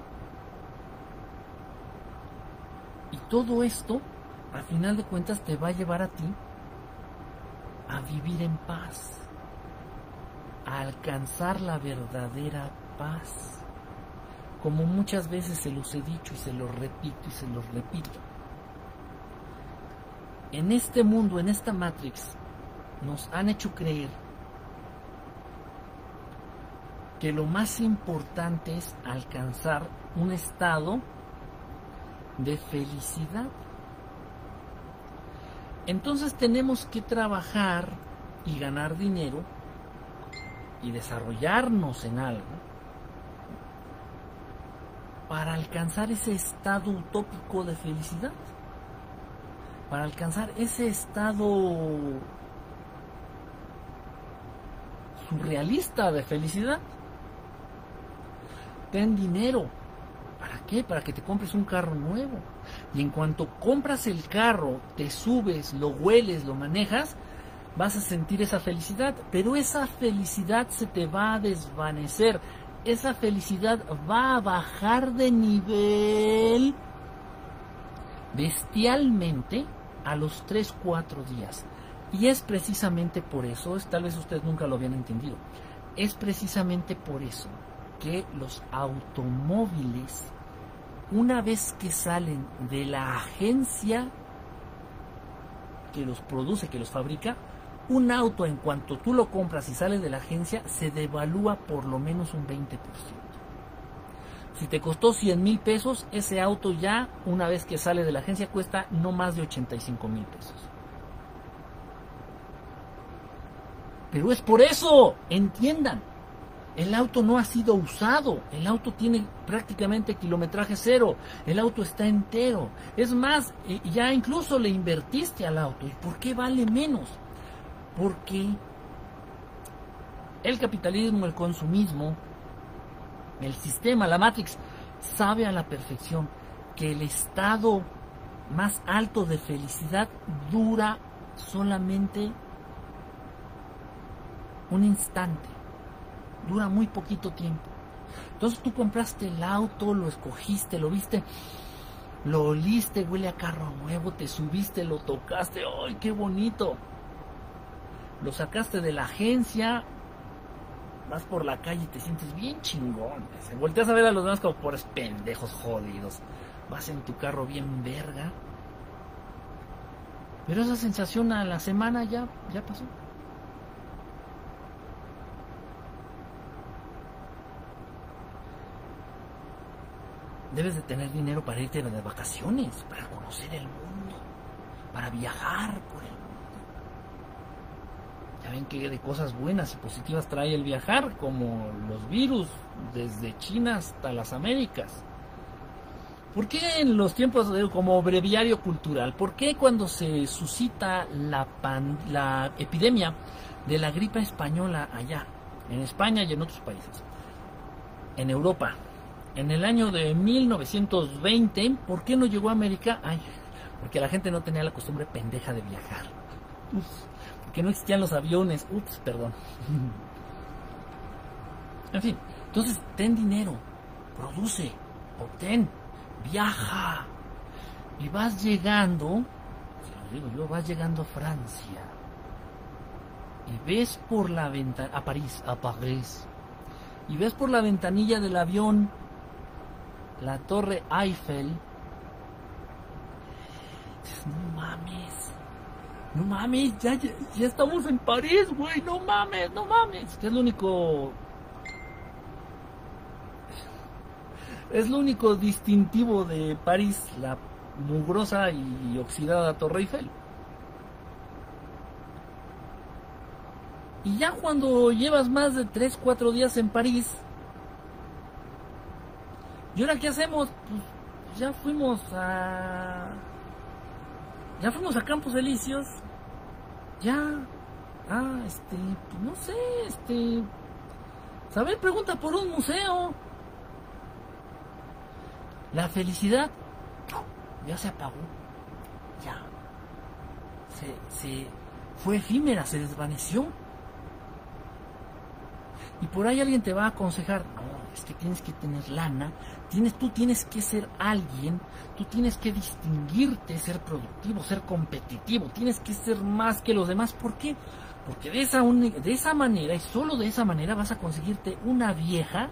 Y todo esto, al final de cuentas, te va a llevar a ti a vivir en paz, a alcanzar la verdadera paz. Como muchas veces se los he dicho y se los repito y se los repito. En este mundo, en esta Matrix, nos han hecho creer que lo más importante es alcanzar un estado de felicidad. Entonces tenemos que trabajar y ganar dinero y desarrollarnos en algo para alcanzar ese estado utópico de felicidad, para alcanzar ese estado surrealista de felicidad. Ten dinero. ¿Para qué? Para que te compres un carro nuevo. Y en cuanto compras el carro, te subes, lo hueles, lo manejas, vas a sentir esa felicidad. Pero esa felicidad se te va a desvanecer. Esa felicidad va a bajar de nivel bestialmente a los 3-4 días. Y es precisamente por eso, tal vez ustedes nunca lo habían entendido, es precisamente por eso que los automóviles, una vez que salen de la agencia que los produce, que los fabrica, un auto en cuanto tú lo compras y sale de la agencia, se devalúa por lo menos un 20%. Si te costó 100,000 pesos, ese auto ya, una vez que sale de la agencia, cuesta no más de 85,000 pesos. Pero es por eso, entiendan, el auto no ha sido usado, el auto tiene prácticamente kilometraje cero, el auto está entero. Es más, ya incluso le invertiste al auto. ¿Y por qué vale menos? Porque el capitalismo, el consumismo, el sistema, la Matrix, sabe a la perfección que el estado más alto de felicidad dura solamente un instante, dura muy poquito tiempo. Entonces tú compraste el auto, lo escogiste, lo viste, lo oliste, huele a carro nuevo, te subiste, lo tocaste, ¡ay, qué bonito! Lo sacaste de la agencia, vas por la calle y te sientes bien chingón. Se volteas a ver a los demás como pobres pendejos jodidos. Vas en tu carro bien verga. Pero esa sensación a la semana ya pasó. Debes de tener dinero para irte de vacaciones, para conocer el mundo, para viajar por el mundo. Ya ven que de cosas buenas y positivas trae el viajar, como los virus, desde China hasta las Américas. ¿Por qué en los tiempos como breviario cultural? ¿Por qué cuando se suscita la epidemia de la gripe española allá, en España y en otros países, en Europa, en el año de 1920, ¿por qué no llegó a América? Ay, porque la gente no tenía la costumbre pendeja de viajar. Porque no existían los aviones. Perdón. En fin, entonces ten dinero, produce, obtén, viaja. Y vas llegando, se lo digo yo, vas llegando a Francia. y ves por la ventana, a París, y ves por la ventanilla del avión la Torre Eiffel, no mames, ya estamos en París, güey, no mames, que es lo único distintivo de París, la mugrosa y oxidada Torre Eiffel. Y ya cuando llevas más de 3-4 días en París, ¿y ahora qué hacemos? Pues ya fuimos a Campos Elíseos. Pues no sé, saber, pregunta por un museo. La felicidad ya se apagó. Ya. Fue efímera, se desvaneció. Y por ahí alguien te va a aconsejar, no, es que tienes que tener lana, tú tienes que ser alguien, tú tienes que distinguirte, ser productivo, ser competitivo, tienes que ser más que los demás. ¿Por qué? Porque de esa manera, y solo de esa manera, vas a conseguirte una vieja,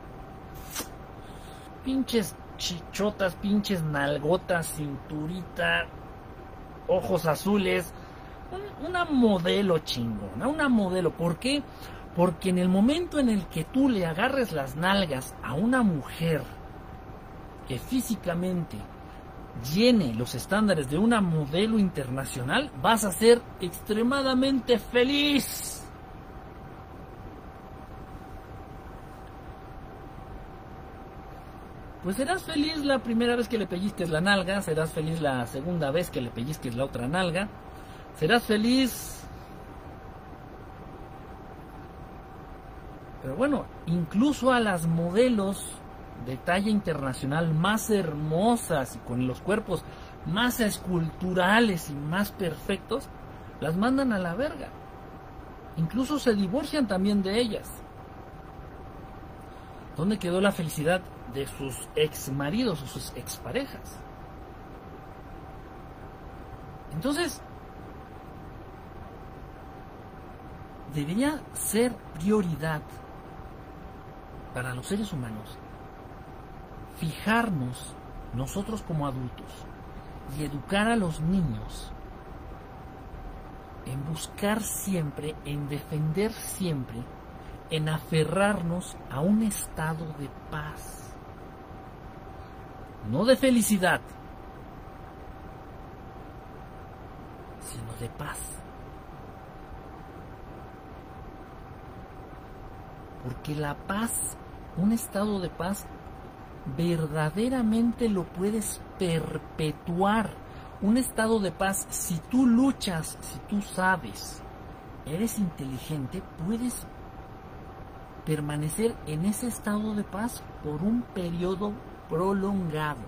pinches chichotas, pinches nalgotas, cinturita, ojos azules, una modelo chingona, una modelo. ¿Por qué? Porque en el momento en el que tú le agarres las nalgas a una mujer que físicamente llene los estándares de una modelo internacional, vas a ser extremadamente feliz. Pues serás feliz la primera vez que le pellizques la nalga, serás feliz la segunda vez que le pellizques la otra nalga, serás feliz. Pero bueno, incluso a las modelos de talla internacional más hermosas y con los cuerpos más esculturales y más perfectos, las mandan a la verga. Incluso se divorcian también de ellas. ¿Dónde quedó la felicidad de sus ex maridos o sus exparejas? Entonces, debería ser prioridad para los seres humanos fijarnos nosotros como adultos y educar a los niños en buscar siempre, en defender siempre, en aferrarnos a un estado de paz, no de felicidad, sino de paz. Porque la paz, un estado de paz, verdaderamente lo puedes perpetuar. Un estado de paz, si tú luchas, si tú sabes, eres inteligente, puedes permanecer en ese estado de paz por un periodo prolongado.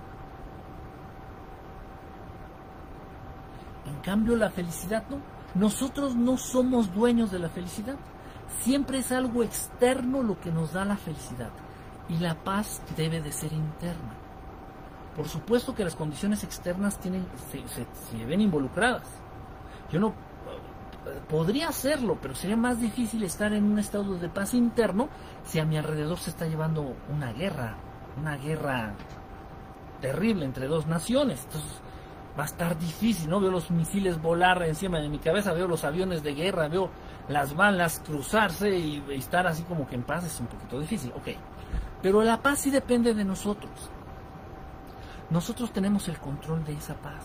En cambio, la felicidad no. Nosotros no somos dueños de la felicidad. Siempre es algo externo lo que nos da la felicidad. Y la paz debe de ser interna. Por supuesto que las condiciones externas se ven involucradas. Yo no podría hacerlo, pero sería más difícil estar en un estado de paz interno si a mi alrededor se está llevando una guerra terrible entre dos naciones. Entonces va a estar difícil, ¿no? Veo los misiles volar encima de mi cabeza, veo los aviones de guerra, veo las balas cruzarse y estar así como que en paz es un poquito difícil, ok. Pero la paz sí depende de nosotros. Nosotros tenemos el control de esa paz.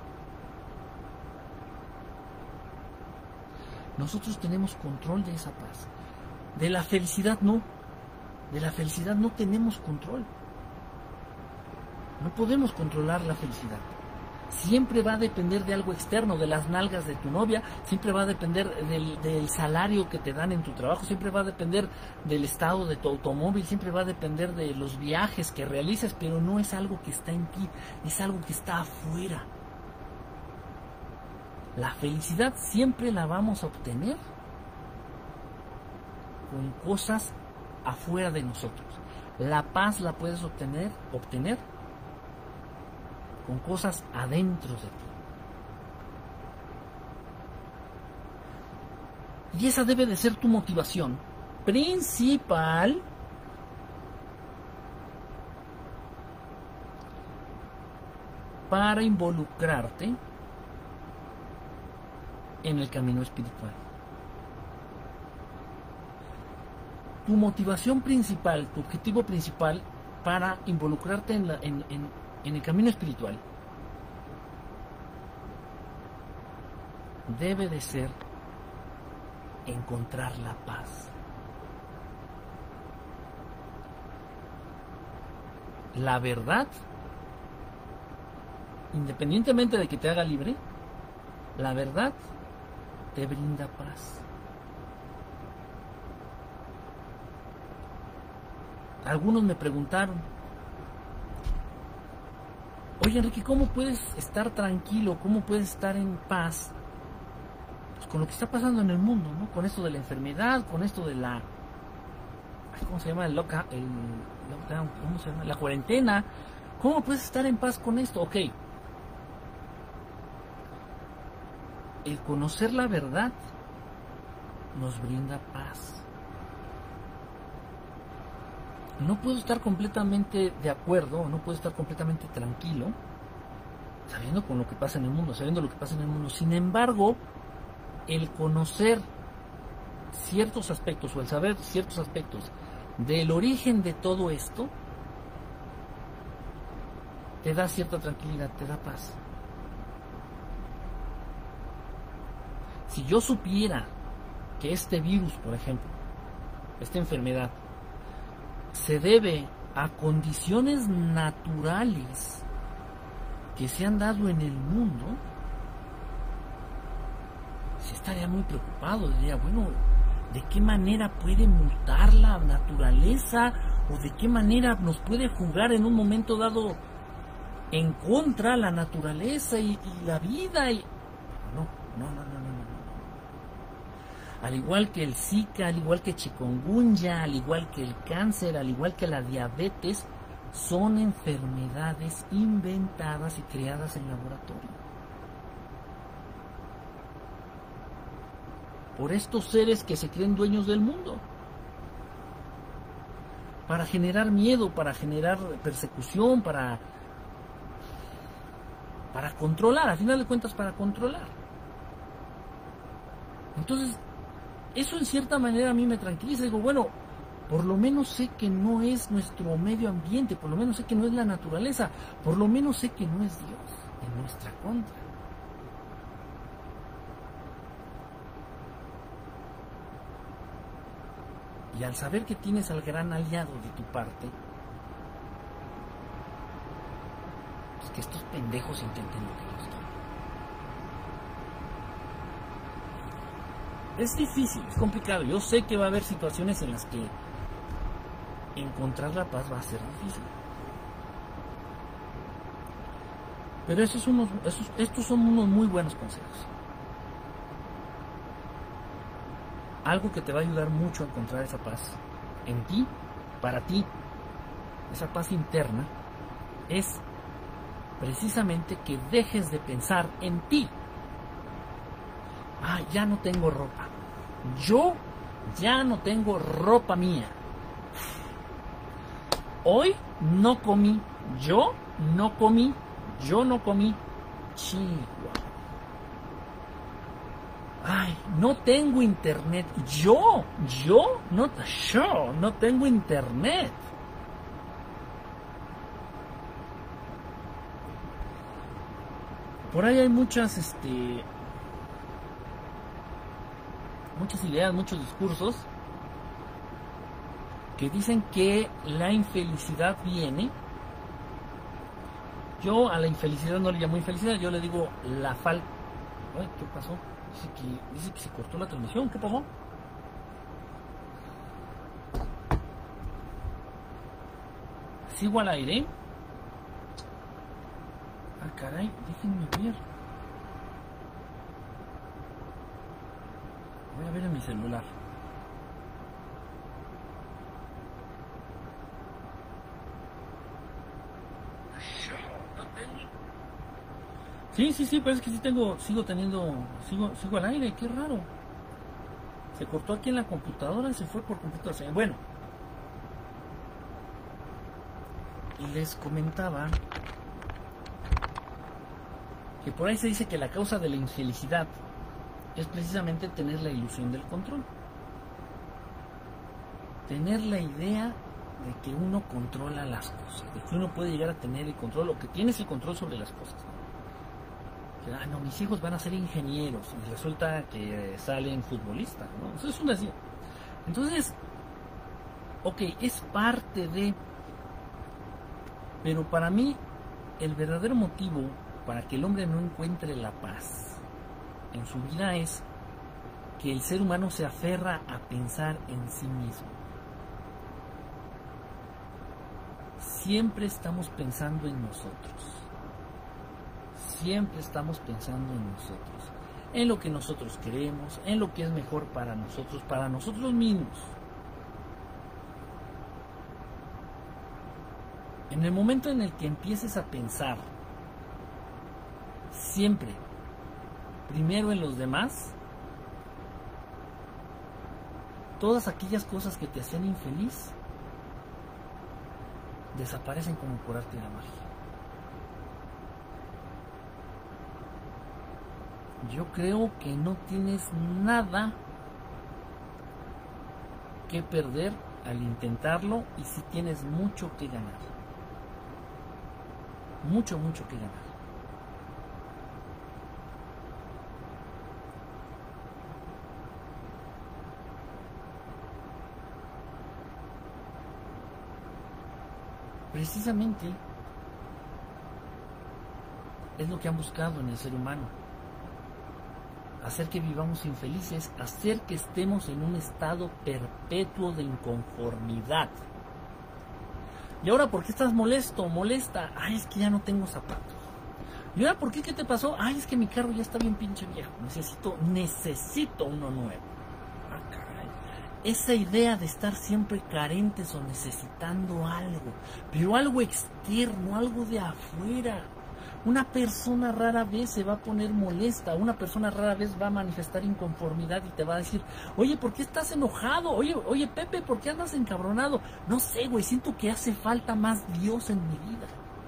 Nosotros tenemos control de esa paz. De la felicidad no. De la felicidad no tenemos control. No podemos controlar la felicidad. Siempre va a depender de algo externo, de las nalgas de tu novia, siempre va a depender del salario que te dan en tu trabajo, siempre va a depender del estado de tu automóvil, siempre va a depender de los viajes que realices, pero no es algo que está en ti, es algo que está afuera. La felicidad siempre la vamos a obtener con cosas afuera de nosotros. La paz la puedes obtener con cosas adentro de ti. Y esa debe de ser tu motivación principal para involucrarte en el camino espiritual. Tu motivación principal, tu objetivo principal para involucrarte en el camino espiritual debe de ser encontrar la paz. La verdad, independientemente de que te haga libre, la verdad te brinda paz. Algunos me preguntaron, oye Enrique, ¿cómo puedes estar tranquilo? ¿Cómo puedes estar en paz? Pues con lo que está pasando en el mundo, ¿no? Con esto de la enfermedad, con esto de la... ¿Cómo se llama? El lockdown, ¿cómo se llama? La cuarentena. ¿Cómo puedes estar en paz con esto? Ok. El conocer la verdad nos brinda paz. No puedo estar completamente de acuerdo, no puedo estar completamente tranquilo, sabiendo con lo que pasa en el mundo, sabiendo lo que pasa en el mundo. Sin embargo, el conocer ciertos aspectos o el saber ciertos aspectos del origen de todo esto te da cierta tranquilidad, te da paz. Si yo supiera que este virus, por ejemplo, esta enfermedad, se debe a condiciones naturales que se han dado en el mundo, sí estaría muy preocupado. Diría, bueno, ¿de qué manera puede mutar la naturaleza? ¿O de qué manera nos puede jugar en un momento dado en contra la naturaleza y la vida? No. Al igual que el Zika, al igual que chikungunya, al igual que el cáncer, al igual que la diabetes, son enfermedades inventadas y creadas en laboratorio por estos seres que se creen dueños del mundo, para generar miedo, para generar persecución, para controlar, a final de cuentas para controlar. Entonces, eso en cierta manera a mí me tranquiliza. Digo, bueno, por lo menos sé que no es nuestro medio ambiente, por lo menos sé que no es la naturaleza, por lo menos sé que no es Dios en nuestra contra. Y al saber que tienes al gran aliado de tu parte, pues que estos pendejos intenten lo que ellos quieren. Es difícil, es complicado. Yo sé que va a haber situaciones en las que encontrar la paz va a ser difícil. Pero estos son unos muy buenos consejos. Algo que te va a ayudar mucho a encontrar esa paz en ti, para ti, esa paz interna, es precisamente que dejes de pensar en ti. Ah, ya no tengo ropa. Yo ya no tengo ropa mía. Hoy no comí. Yo no comí. Chihuahua. Ay, no tengo internet. Yo no tengo internet. Por ahí hay muchas ideas, muchos discursos que dicen que la infelicidad viene. Yo a la infelicidad no le llamo infelicidad, yo le digo la falta. Ay, ¿qué pasó? Dice que se cortó la transmisión. ¿Qué pasó? ¿Sigo al aire? Ah, caray, déjenme ver. Voy a ver en mi celular. Sí, pero es que sí sigo al aire, qué raro. Se cortó aquí en la computadora y se fue por computadora. Bueno, les comentaba que por ahí se dice que la causa de la infelicidad es precisamente tener la ilusión del control. Tener la idea de que uno controla las cosas, de que uno puede llegar a tener el control, o que tienes el control sobre las cosas, ¿no? Que, no, mis hijos van a ser ingenieros, y resulta que salen futbolistas, ¿no? Eso es una idea. Entonces, ok, es parte de... Pero para mí, el verdadero motivo para que el hombre no encuentre la paz en su vida es que el ser humano se aferra a pensar en sí mismo. Siempre estamos pensando en nosotros. Siempre estamos pensando en nosotros. En lo que nosotros queremos, en lo que es mejor para nosotros mismos. En el momento en el que empieces a pensar siempre primero en los demás, todas aquellas cosas que te hacían infeliz desaparecen como por arte de magia. Yo creo que no tienes nada que perder al intentarlo, y sí tienes mucho que ganar. Mucho que ganar. Precisamente es lo que han buscado en el ser humano: hacer que vivamos infelices, hacer que estemos en un estado perpetuo de inconformidad. ¿Y ahora por qué estás molesta? Ay, es que ya no tengo zapatos. ¿Y ahora por qué? ¿Qué te pasó? Ay, es que mi carro ya está bien pinche viejo. Necesito uno nuevo. Ah, caray. Esa idea de estar siempre carentes o necesitando algo, pero algo externo, algo de afuera. Una persona rara vez se va a poner molesta, una persona rara vez va a manifestar inconformidad y te va a decir: oye, ¿por qué estás enojado? Oye, Pepe, ¿por qué andas encabronado? No sé, güey, siento que hace falta más Dios en mi vida.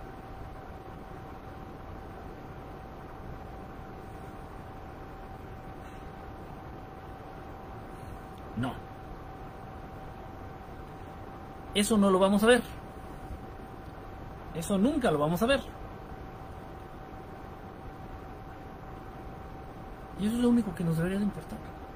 No. Eso no lo vamos a ver. Eso nunca lo vamos a ver. Y eso es lo único que nos debería de importar.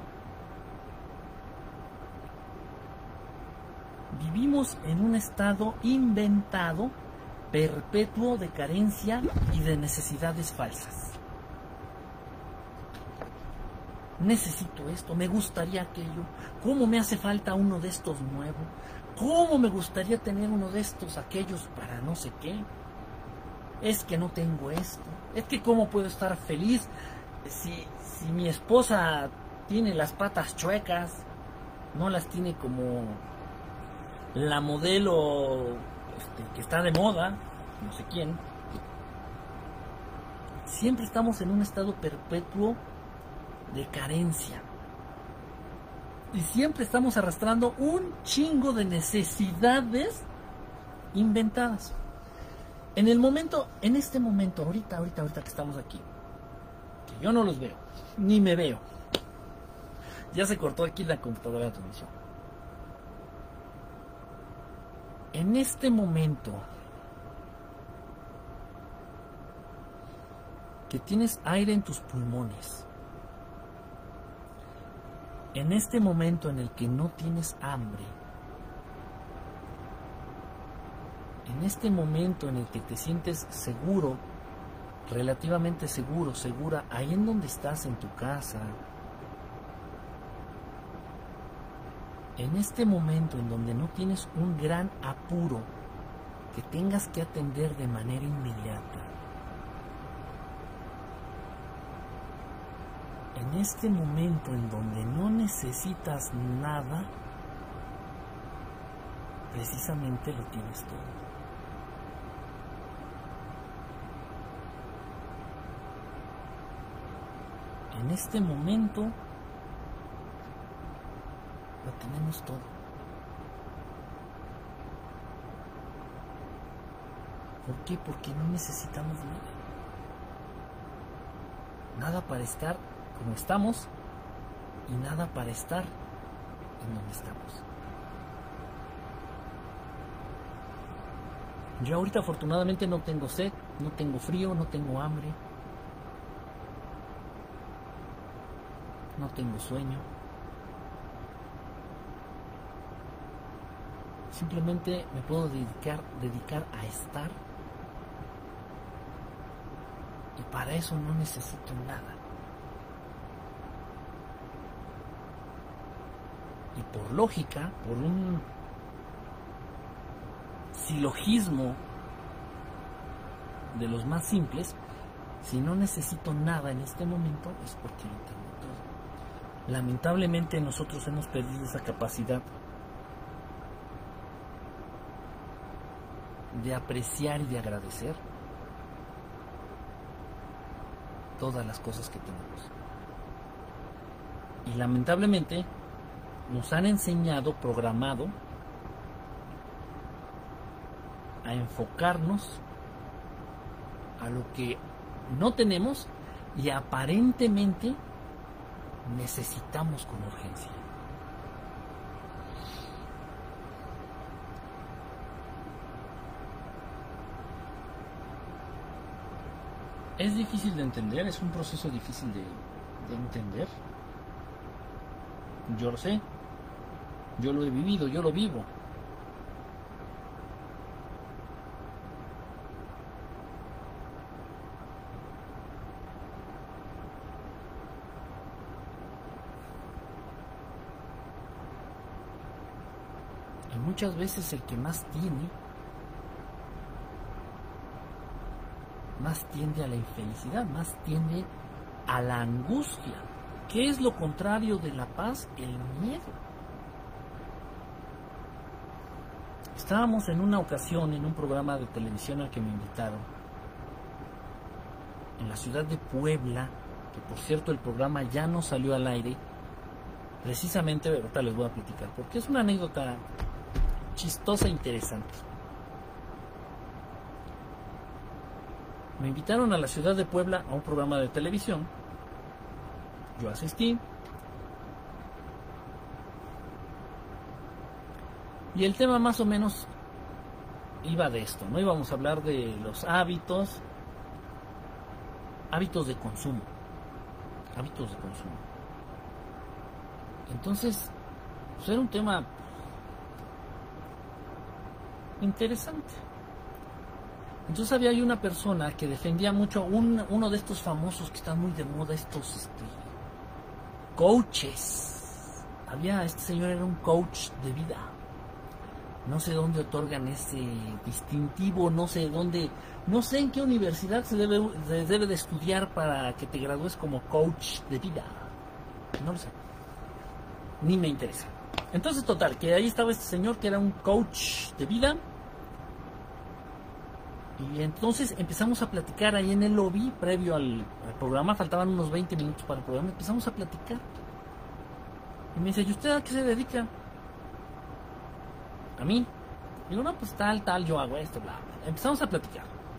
Vivimos en un estado inventado, perpetuo de carencia y de necesidades falsas. Necesito esto, me gustaría aquello, ¿cómo me hace falta uno de estos nuevo? ¿Cómo me gustaría tener uno de estos, aquellos para no sé qué? Es que no tengo esto, es que cómo puedo estar feliz si mi esposa tiene las patas chuecas, no las tiene como la modelo que está de moda, no sé quién. Siempre estamos en un estado perpetuo de carencia. Y siempre estamos arrastrando un chingo de necesidades inventadas. En este momento, ahorita que estamos aquí, que yo no los veo, ni me veo. Ya se cortó aquí la computadora de transmisión. En este momento que tienes aire en tus pulmones, en este momento en el que no tienes hambre, en este momento en el que te sientes seguro, relativamente seguro, segura, ahí en donde estás, en tu casa, en este momento en donde no tienes un gran apuro que tengas que atender de manera inmediata, en este momento en donde no necesitas nada, precisamente lo tienes todo. En este momento tenemos todo. ¿Por qué? Porque no necesitamos nada. Nada para estar como estamos y nada para estar en donde estamos. Yo ahorita afortunadamente no tengo sed, no tengo frío, no tengo hambre, no tengo sueño. Simplemente me puedo dedicar a estar, y para eso no necesito nada. Y por lógica, por un silogismo de los más simples, si no necesito nada en este momento es porque lo tengo todo. Lamentablemente nosotros hemos perdido esa capacidad de apreciar y de agradecer todas las cosas que tenemos. Y lamentablemente nos han enseñado, programado, a enfocarnos a lo que no tenemos y aparentemente necesitamos con urgencia. Es difícil de entender, es un proceso difícil de entender. Yo lo sé, yo lo he vivido, yo lo vivo. Y muchas veces el que más tiende a la infelicidad, más tiende a la angustia. ¿Qué es lo contrario de la paz? El miedo. Estábamos en una ocasión en un programa de televisión al que me invitaron, en la ciudad de Puebla, que por cierto el programa ya no salió al aire, precisamente, ahorita les voy a platicar, porque es una anécdota chistosa e interesante. Me invitaron a la ciudad de Puebla a un programa de televisión. Yo asistí. Y el tema más o menos iba de esto, ¿no? Íbamos a hablar de los hábitos de consumo. Hábitos de consumo. Entonces, pues era un tema interesante. Entonces había ahí una persona que defendía mucho uno de estos famosos que están muy de moda, estos coaches. Este señor era un coach de vida. No sé dónde otorgan ese distintivo, no sé en qué universidad se debe de estudiar para que te gradúes como coach de vida. No lo sé. Ni me interesa. Entonces, total, que ahí estaba este señor que era un coach de vida. Y entonces empezamos a platicar ahí en el lobby, previo al programa, faltaban unos 20 minutos para el programa, empezamos a platicar. Y me dice, ¿y usted a qué se dedica? ¿A mí? Digo, no, pues tal, yo hago esto, bla, bla. Empezamos a platicar.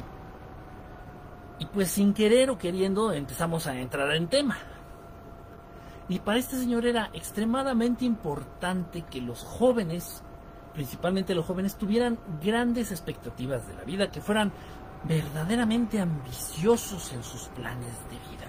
Y pues sin querer o queriendo empezamos a entrar en tema. Y para este señor era extremadamente importante que los jóvenes, principalmente los jóvenes, tuvieran grandes expectativas de la vida, que fueran verdaderamente ambiciosos en sus planes de vida.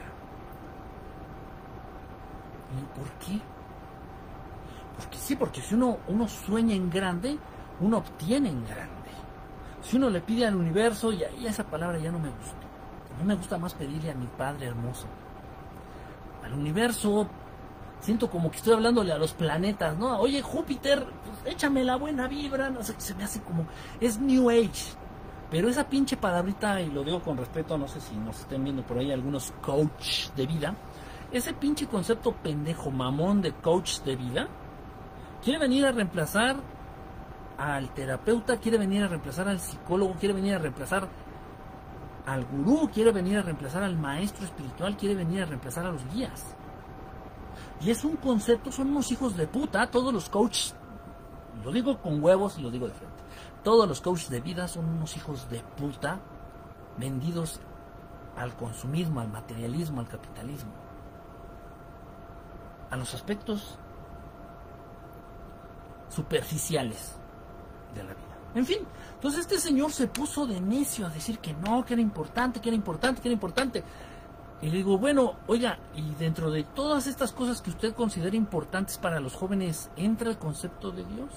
¿Y por qué? Porque sí, porque si uno sueña en grande, uno obtiene en grande. Si uno le pide al universo, y esa palabra ya no me gusta. A mí me gusta más pedirle a mi Padre hermoso. Al universo, siento como que estoy hablándole a los planetas, ¿no? Oye, Júpiter, pues échame la buena vibra, no sé, se me hace como, es New Age, pero esa pinche palabrita, y lo digo con respeto, no sé si nos estén viendo por ahí algunos coach de vida, ese pinche concepto pendejo, mamón de coach de vida, quiere venir a reemplazar al terapeuta, quiere venir a reemplazar al psicólogo, quiere venir a reemplazar al gurú, quiere venir a reemplazar al maestro espiritual, quiere venir a reemplazar a los guías. Y es un concepto, son unos hijos de puta, todos los coaches lo digo con huevos y lo digo de frente. Todos los coaches de vida son unos hijos de puta vendidos al consumismo, al materialismo, al capitalismo, a los aspectos superficiales de la vida. En fin, entonces este señor se puso de necio a decir que no, que era importante, que era importante, que era importante. Y le digo, bueno, oiga, y dentro de todas estas cosas que usted considera importantes para los jóvenes, ¿entra el concepto de Dios?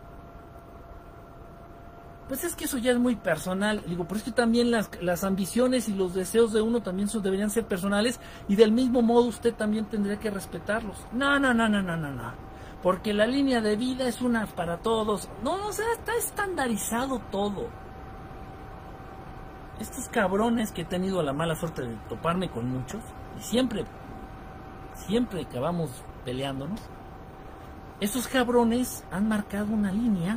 Pues es que eso ya es muy personal. Digo, por eso que también las ambiciones y los deseos de uno también deberían ser personales, y del mismo modo usted también tendría que respetarlos. No. Porque la línea de vida es una para todos. No, o sea, está estandarizado todo. Estos cabrones que he tenido la mala suerte de toparme con muchos, y siempre acabamos peleándonos, esos cabrones han marcado una línea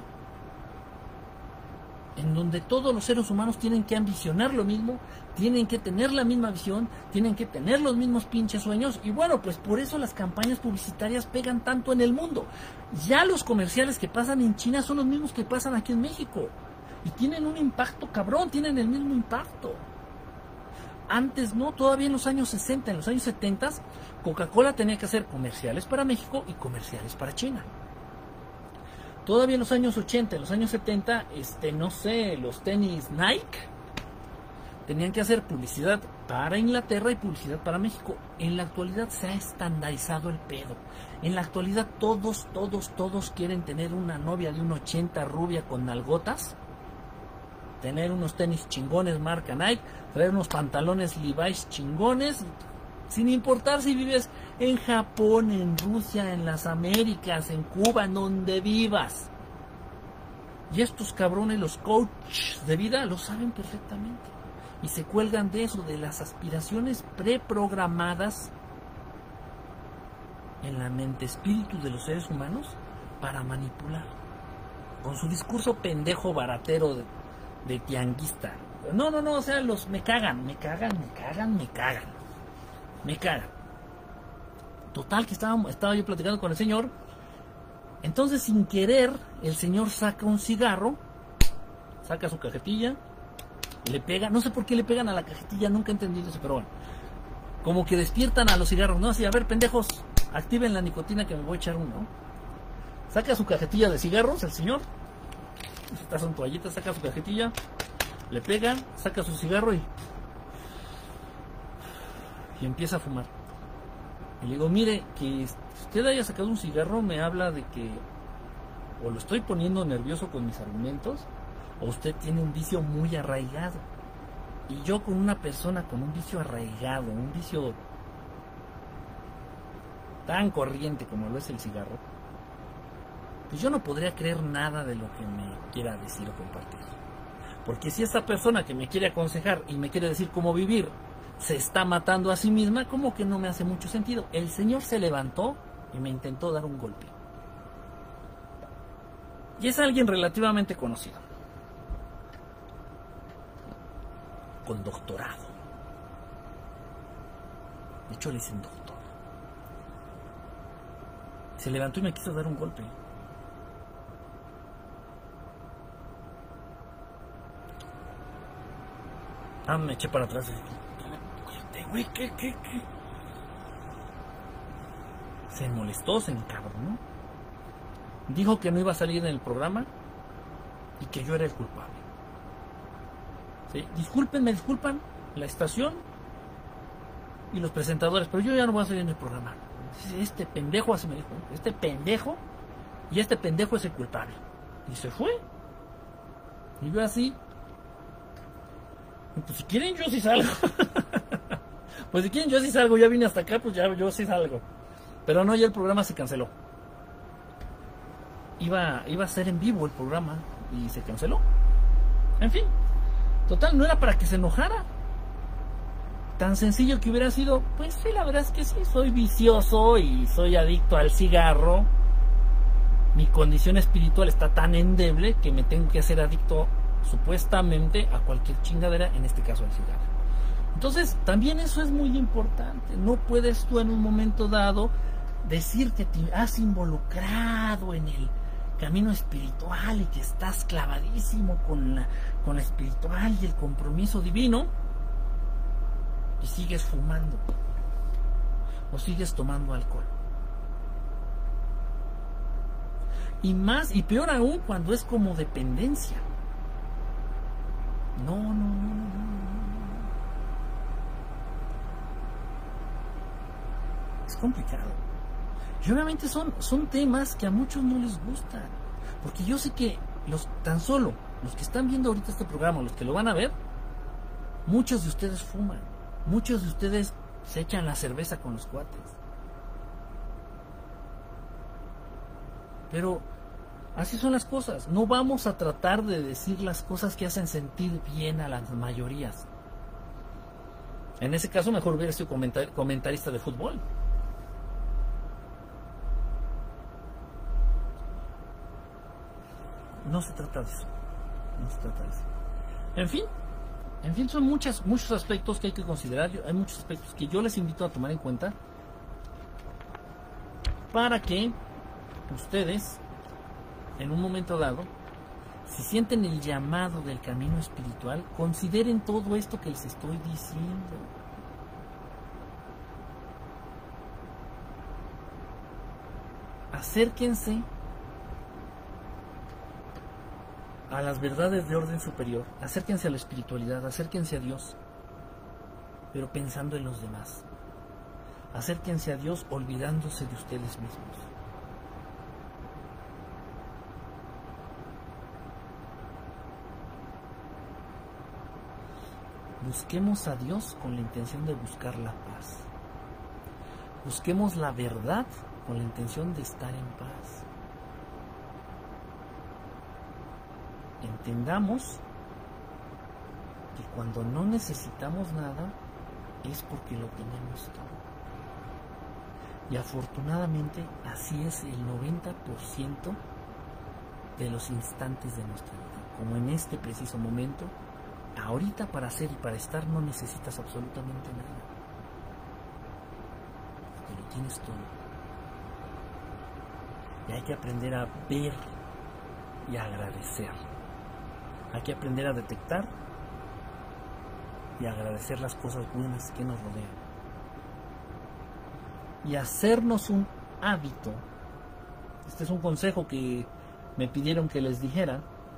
en donde todos los seres humanos tienen que ambicionar lo mismo, tienen que tener la misma visión, tienen que tener los mismos pinches sueños, y bueno, pues por eso las campañas publicitarias pegan tanto en el mundo. Ya los comerciales que pasan en China son los mismos que pasan aquí en México, y tienen un impacto cabrón, tienen el mismo impacto. Antes no, todavía en los años 60, en los años 70, Coca-Cola tenía que hacer comerciales para México y comerciales para China. Todavía en los años 80, en los años 70, no sé, los tenis Nike tenían que hacer publicidad para Inglaterra y publicidad para México. En la actualidad se ha estandarizado el pedo. En la actualidad todos quieren tener una novia de 1.80 rubia con nalgotas, tener unos tenis chingones marca Nike, traer unos pantalones Levi's chingones, sin importar si vives en Japón, en Rusia, en las Américas, en Cuba, en donde vivas. Y estos cabrones, los coaches de vida, lo saben perfectamente. Y se cuelgan de eso, de las aspiraciones preprogramadas en la mente espíritu de los seres humanos para manipular. Con su discurso pendejo baratero de tianguista. No, o sea, me cagan. Total, que estaba yo platicando con el señor. Entonces, sin querer, el señor saca un cigarro, saca su cajetilla, le pega, no sé por qué le pegan a la cajetilla, nunca he entendido eso, pero bueno, como que despiertan a los cigarros, ¿no? Así, a ver, pendejos, activen la nicotina que me voy a echar uno. Saca su cajetilla de cigarros, el señor, estas son toallitas, saca su cajetilla, le pega, saca su cigarro y empieza a fumar. Y le digo, mire, que usted haya sacado un cigarro me habla de que o lo estoy poniendo nervioso con mis argumentos, o usted tiene un vicio muy arraigado. Y yo, con una persona con un vicio arraigado, un vicio tan corriente como lo es el cigarro, pues yo no podría creer nada de lo que me quiera decir o compartir. Porque si esa persona que me quiere aconsejar y me quiere decir cómo vivir se está matando a sí misma, como que no me hace mucho sentido. El señor se levantó y me intentó dar un golpe. Y es alguien relativamente conocido, con doctorado. De hecho, le dicen doctor. Se levantó y me quiso dar un golpe. Me eché para atrás. Güey, ¿qué? Se molestó, se encabronó. Dijo que no iba a salir en el programa y que yo era el culpable. ¿Sí? Me disculpan la estación y los presentadores, pero yo ya no voy a salir en el programa. Este pendejo, así me dijo, este pendejo es el culpable. Y se fue. Y yo así, pues si quieren yo sí salgo. Pues si quieren yo sí salgo, ya vine hasta acá, pues ya yo sí salgo. Pero no, ya el programa se canceló. Iba a ser en vivo el programa y se canceló. En fin, total, no era para que se enojara. Tan sencillo que hubiera sido, pues sí, la verdad es que sí, soy vicioso y soy adicto al cigarro. Mi condición espiritual está tan endeble que me tengo que hacer adicto supuestamente a cualquier chingadera, en este caso al cigarro. Entonces, también eso es muy importante. No puedes tú en un momento dado decir que te has involucrado en camino espiritual y que estás clavadísimo con la espiritual y el compromiso divino, y sigues fumando o sigues tomando alcohol. Y más, y peor aún, cuando es como dependencia. No, no, no, no, no. Es complicado. Y obviamente son temas que a muchos no les gustan. Porque yo sé que tan solo los que están viendo ahorita este programa, los que lo van a ver, muchos de ustedes fuman. Muchos de ustedes se echan la cerveza con los cuates. Pero así son las cosas. No vamos a tratar de decir las cosas que hacen sentir bien a las mayorías. En ese caso mejor hubiera sido comentarista de fútbol. No se trata de eso. No se trata de eso. En fin, son muchos aspectos que hay que considerar. Hay muchos aspectos que yo les invito a tomar en cuenta para que ustedes, en un momento dado, si sienten el llamado del camino espiritual, consideren todo esto que les estoy diciendo. Acérquense a las verdades de orden superior, acérquense a la espiritualidad, acérquense a Dios, pero pensando en los demás. Acérquense a Dios olvidándose de ustedes mismos. Busquemos a Dios con la intención de buscar la paz. Busquemos la verdad con la intención de estar en paz. Entendamos que cuando no necesitamos nada es porque lo tenemos todo. Y afortunadamente así es el 90% de los instantes de nuestra vida. Como en este preciso momento, ahorita para ser y para estar no necesitas absolutamente nada. Porque lo tienes todo. Y hay que aprender a ver y a agradecer. Hay que aprender a detectar y agradecer las cosas buenas que nos rodean. Y hacernos un hábito. Este es un consejo que me pidieron que les dijera.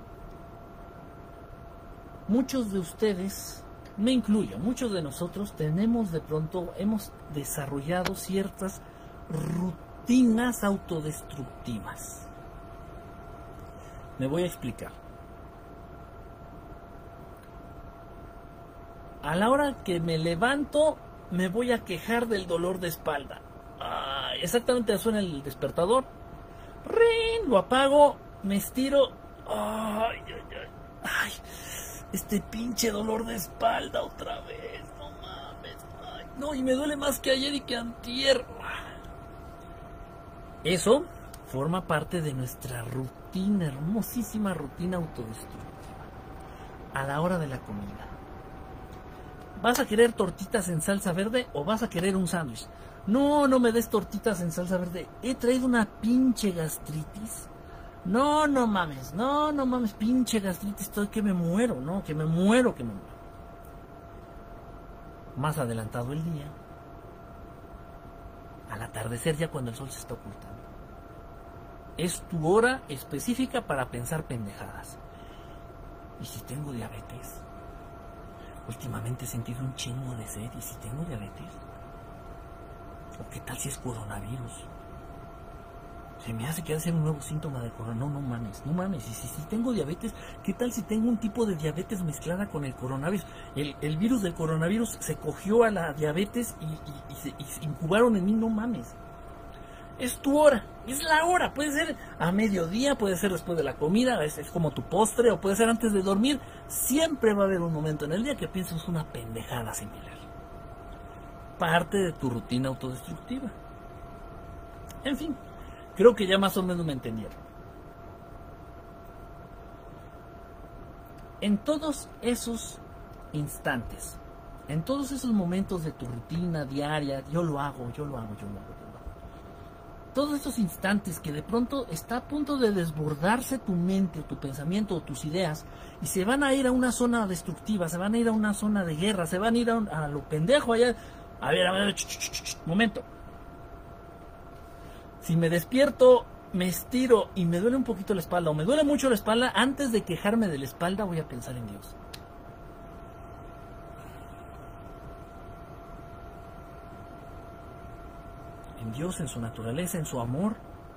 Muchos de ustedes, me incluyo, muchos de nosotros hemos desarrollado ciertas rutinas autodestructivas. Me voy a explicar. A la hora que me levanto, me voy a quejar del dolor de espalda. Exactamente suena el despertador. ¡Rin! Lo apago, me estiro. ¡Ay! Este pinche dolor de espalda otra vez. No mames. Ay, no, y me duele más que ayer y que antier. Eso forma parte de nuestra rutina, hermosísima rutina autodestructiva. A la hora de la comida. ¿Vas a querer tortitas en salsa verde o vas a querer un sándwich? No, no me des tortitas en salsa verde. He traído una pinche gastritis. No mames, pinche gastritis, estoy que me muero, que me muero. Más adelantado el día, al atardecer ya cuando el sol se está ocultando, es tu hora específica para pensar pendejadas. ¿Y si tengo diabetes? Últimamente he sentido un chingo de sed, ¿y si tengo diabetes? ¿O qué tal si es coronavirus? Se me hace que ha de ser un nuevo síntoma de coronavirus. No mames. Y si tengo diabetes, ¿qué tal si tengo un tipo de diabetes mezclada con el coronavirus? El virus del coronavirus se cogió a la diabetes y se incubaron en mí. No mames. Es tu hora, es la hora. Puede ser a mediodía, puede ser después de la comida, es como tu postre, o puede ser antes de dormir. Siempre va a haber un momento en el día que pienses una pendejada similar. Parte de tu rutina autodestructiva. En fin. Creo que ya más o menos me entendieron. En todos esos instantes, en todos esos momentos de tu rutina diaria, yo lo hago. todos estos instantes que de pronto está a punto de desbordarse tu mente, tu pensamiento o tus ideas y se van a ir a una zona destructiva, se van a ir a una zona de guerra, se van a ir a lo pendejo allá. A ver, momento. Si me despierto, me estiro y me duele un poquito la espalda o me duele mucho la espalda, antes de quejarme de la espalda voy a pensar en Dios. En Dios, en su naturaleza, en su amor,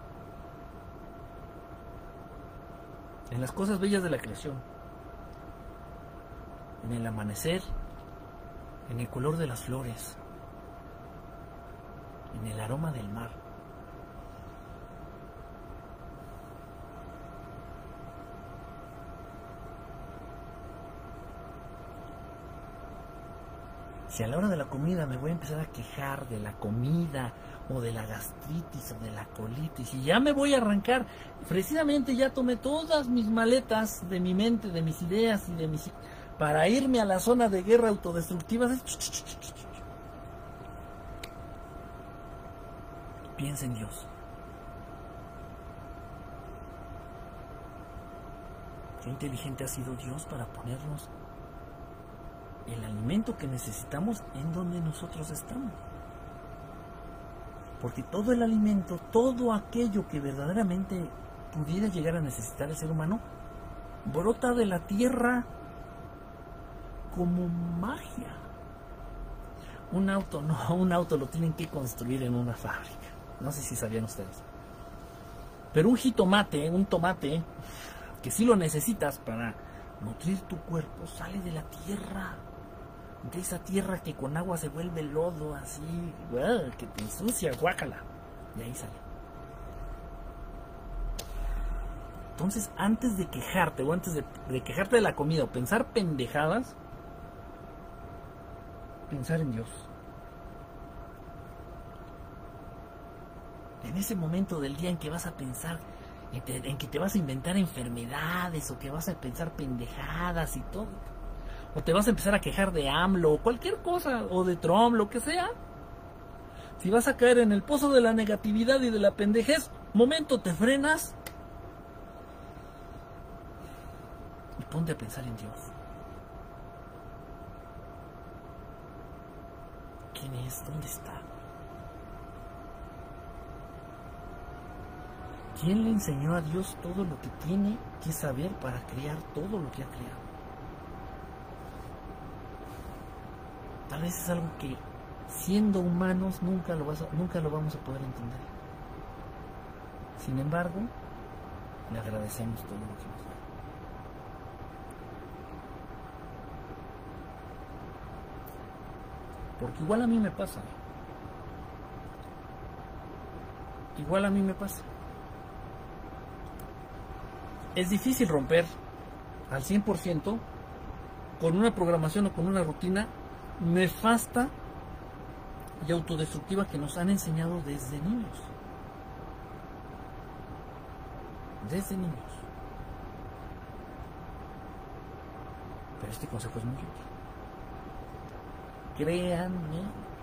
en las cosas bellas de la creación, en el amanecer, en el color de las flores, en el aroma del mar. Si a la hora de la comida me voy a empezar a quejar de la comida o de la gastritis o de la colitis y ya me voy a arrancar, precisamente ya tomé todas mis maletas de mi mente, de mis ideas y de mis para irme a la zona de guerra autodestructiva. Piensa en Dios. Qué inteligente ha sido Dios para ponernos el alimento que necesitamos en donde nosotros estamos. Porque todo el alimento, todo aquello que verdaderamente pudiera llegar a necesitar el ser humano, brota de la tierra como magia. Un auto lo tienen que construir en una fábrica. No sé si sabían ustedes. Pero un jitomate, un tomate, que sí lo necesitas para nutrir tu cuerpo, sale de la tierra. De esa tierra que con agua se vuelve lodo, así, que te ensucia, guácala. De ahí sale. Entonces, antes de quejarte o antes de quejarte de la comida o pensar pendejadas, pensar en Dios. En ese momento del día en que vas a pensar, en que te vas a inventar enfermedades o que vas a pensar pendejadas y todo, o te vas a empezar a quejar de AMLO o cualquier cosa, o de Trump, lo que sea, si vas a caer en el pozo de la negatividad y de la pendejez, momento, te frenas y ponte a pensar en Dios. ¿Quién es? ¿Dónde está? ¿Quién le enseñó a Dios todo lo que tiene que saber para crear todo lo que ha creado? Tal vez es algo que, siendo humanos, nunca lo vamos a poder entender. Sin embargo, le agradecemos todo lo que nos da. Porque igual a mí me pasa. Igual a mí me pasa. Es difícil romper al 100% con una programación o con una rutina nefasta y autodestructiva que nos han enseñado desde niños. Desde niños. Pero este consejo es muy útil. Créanme.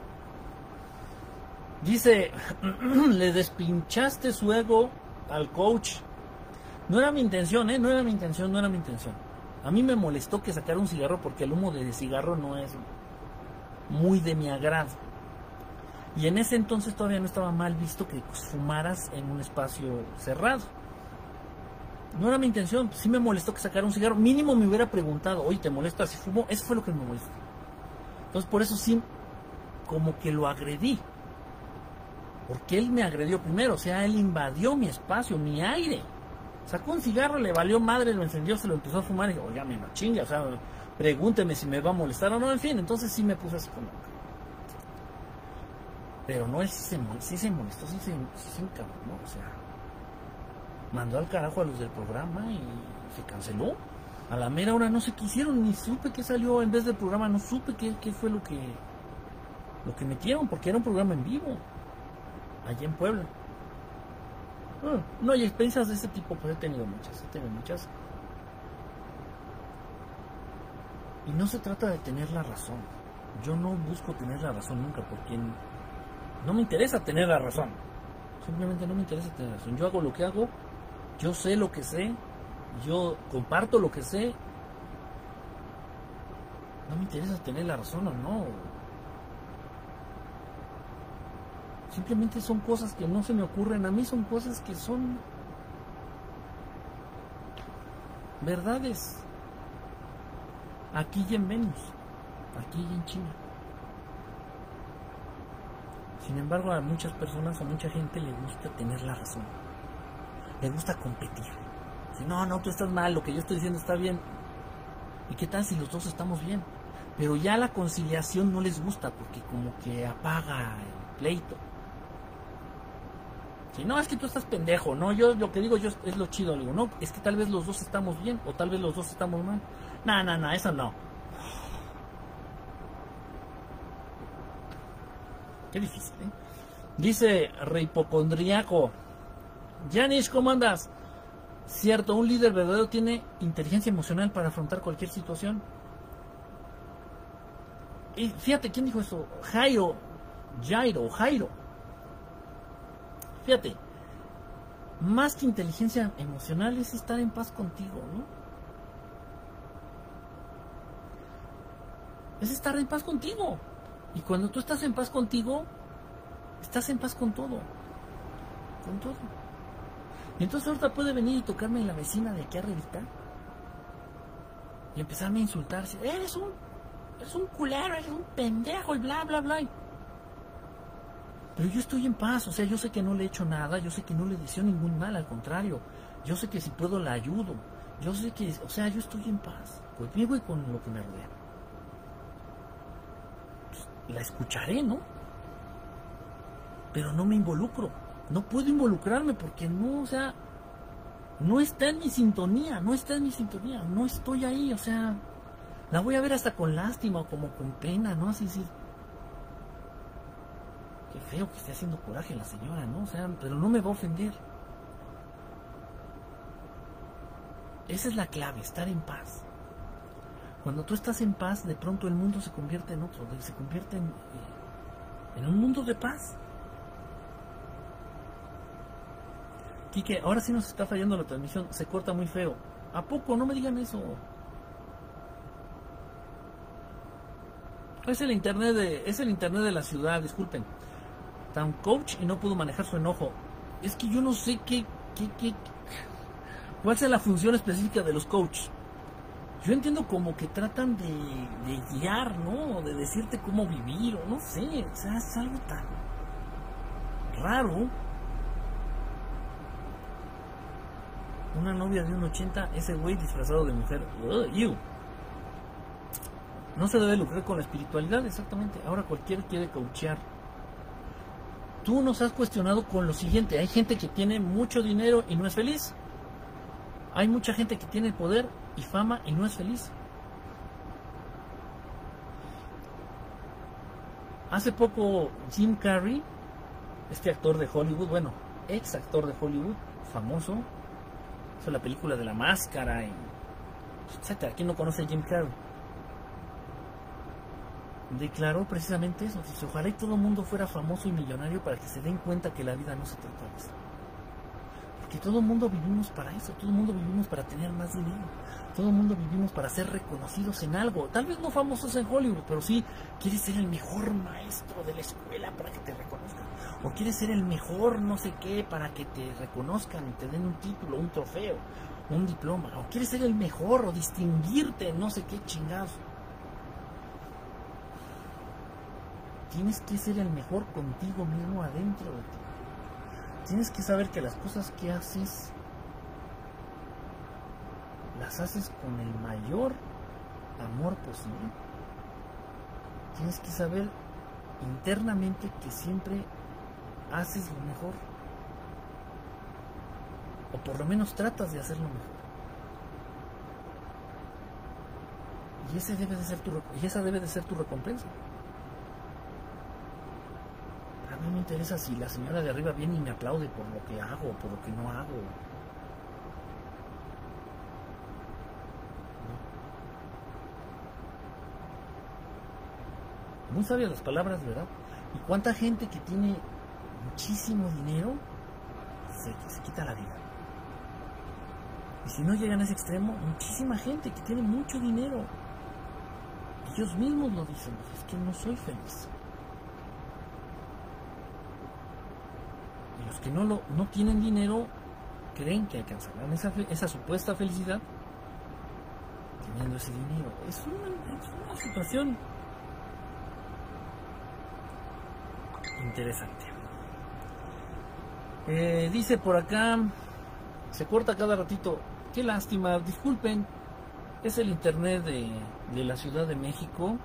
Dice, le despinchaste su ego al coach. No era mi intención, no era mi intención. A mí me molestó que sacara un cigarro porque el humo de cigarro no es muy de mi agrado. Y en ese entonces todavía no estaba mal visto que fumaras en un espacio cerrado. No era mi intención, sí me molestó que sacara un cigarro. Mínimo me hubiera preguntado, oye, ¿te molesta si fumo? Eso fue lo que me molestó. Entonces por eso sí, como que lo agredí. Porque él me agredió primero, o sea, él invadió mi espacio, mi aire. Sacó un cigarro, le valió madre, lo encendió, se lo empezó a fumar y dijo, oiga, me chinga, o sea, pregúnteme si me va a molestar o no, en fin. Entonces sí me puse así como... Pero no, él sí se molestó, sí se encabronó, o sea, mandó al carajo a los del programa y se canceló. A la mera hora no sé qué hicieron, ni supe qué salió en vez del programa, no supe qué fue lo que metieron, porque era un programa en vivo, allá en Puebla. No, y experiencias de este tipo, pues he tenido muchas. Y no se trata de tener la razón. Yo no busco tener la razón nunca, porque no me interesa tener la razón. Simplemente no me interesa tener razón. Yo hago lo que hago, yo sé lo que sé, yo comparto lo que sé. No me interesa tener la razón o no. Simplemente son cosas que no se me ocurren. A mí son cosas que son verdades. Aquí y en Venus, aquí y en China. Sin embargo, a muchas personas, a mucha gente le gusta tener la razón. Le gusta competir. Dice, no, tú estás mal, lo que yo estoy diciendo está bien. ¿Y qué tal si los dos estamos bien? Pero ya la conciliación no les gusta porque como que apaga el pleito. Si no, es que tú estás pendejo, no, yo lo que digo yo es lo chido, digo, no, es que tal vez los dos estamos bien o tal vez los dos estamos mal. No, eso no. Qué difícil, ¿eh? Dice Reipocondriaco. Janish, ¿cómo andas? Cierto, un líder verdadero tiene inteligencia emocional para afrontar cualquier situación. Y fíjate, ¿quién dijo eso? Jairo. Fíjate, más que inteligencia emocional es estar en paz contigo, ¿no? Es estar en paz contigo. Y cuando tú estás en paz contigo, estás en paz con todo. Con todo. Y entonces ahorita puede venir y tocarme la vecina de aquí arribita y empezarme a insultar. Eres un culero, eres un pendejo y bla, bla, bla. Pero yo estoy en paz, o sea, yo sé que no le he hecho nada, yo sé que no le deseo ningún mal, al contrario. Yo sé que si puedo la ayudo. Yo sé que, o sea, yo estoy en paz conmigo y con lo que me rodea. La escucharé, ¿no? Pero no me involucro. No puedo involucrarme porque no, o sea, no está en mi sintonía, no estoy ahí, o sea, la voy a ver hasta con lástima o como con pena, ¿no? Así decir, qué feo que esté haciendo coraje la señora, ¿no? O sea, pero no me va a ofender. Esa es la clave, estar en paz. Cuando tú estás en paz, de pronto el mundo se convierte en otro, se convierte en un mundo de paz. Quique, ahora sí nos está fallando la transmisión, se corta muy feo. ¿A poco? No me digan eso. Es el internet de la ciudad, disculpen. Está un coach y no pudo manejar su enojo. Es que yo no sé cuál es la función específica de los coaches. Yo entiendo como que tratan de guiar, ¿no? De decirte cómo vivir, o no sé. O sea, es algo tan raro. Una novia de 1.80, ese güey disfrazado de mujer. No se debe lucrar con la espiritualidad, exactamente. Ahora cualquiera quiere coachear. Tú nos has cuestionado con lo siguiente. Hay gente que tiene mucho dinero y no es feliz. Hay mucha gente que tiene poder y fama y no es feliz. Hace poco Jim Carrey, este actor de Hollywood, bueno, ex actor de Hollywood, famoso, hizo la película de La Máscara y etcétera. ¿Quién no conoce a Jim Carrey? Declaró precisamente eso. Dice, ojalá y todo el mundo fuera famoso y millonario para que se den cuenta que la vida no se trata de eso. Porque todo el mundo vivimos para eso, todo el mundo vivimos para tener más dinero, todo el mundo vivimos para ser reconocidos en algo, tal vez no famosos en Hollywood, pero sí quieres ser el mejor maestro de la escuela para que te reconozcan, o quieres ser el mejor no sé qué para que te reconozcan y te den un título, un trofeo, un diploma, o quieres ser el mejor o distinguirte en no sé qué chingados. Tienes que ser el mejor contigo mismo adentro de ti. Tienes que saber que las cosas que haces, las haces con el mayor amor posible. Tienes que saber internamente que siempre haces lo mejor. O por lo menos tratas de hacerlo mejor. Y esa debe de ser tu recompensa. A mí me interesa si la señora de arriba viene y me aplaude por lo que hago, por lo que no hago. Muy sabias las palabras, ¿verdad? ¿Y cuánta gente que tiene muchísimo dinero se quita la vida. Y si no llegan a ese extremo, muchísima gente que tiene mucho dinero, ellos mismos lo dicen, es que no soy feliz. Y los que no tienen dinero creen que alcanzarán esa supuesta felicidad teniendo ese dinero. Es una situación interesante. Dice por acá, se corta cada ratito. Qué lástima, disculpen, es el internet de la Ciudad de México.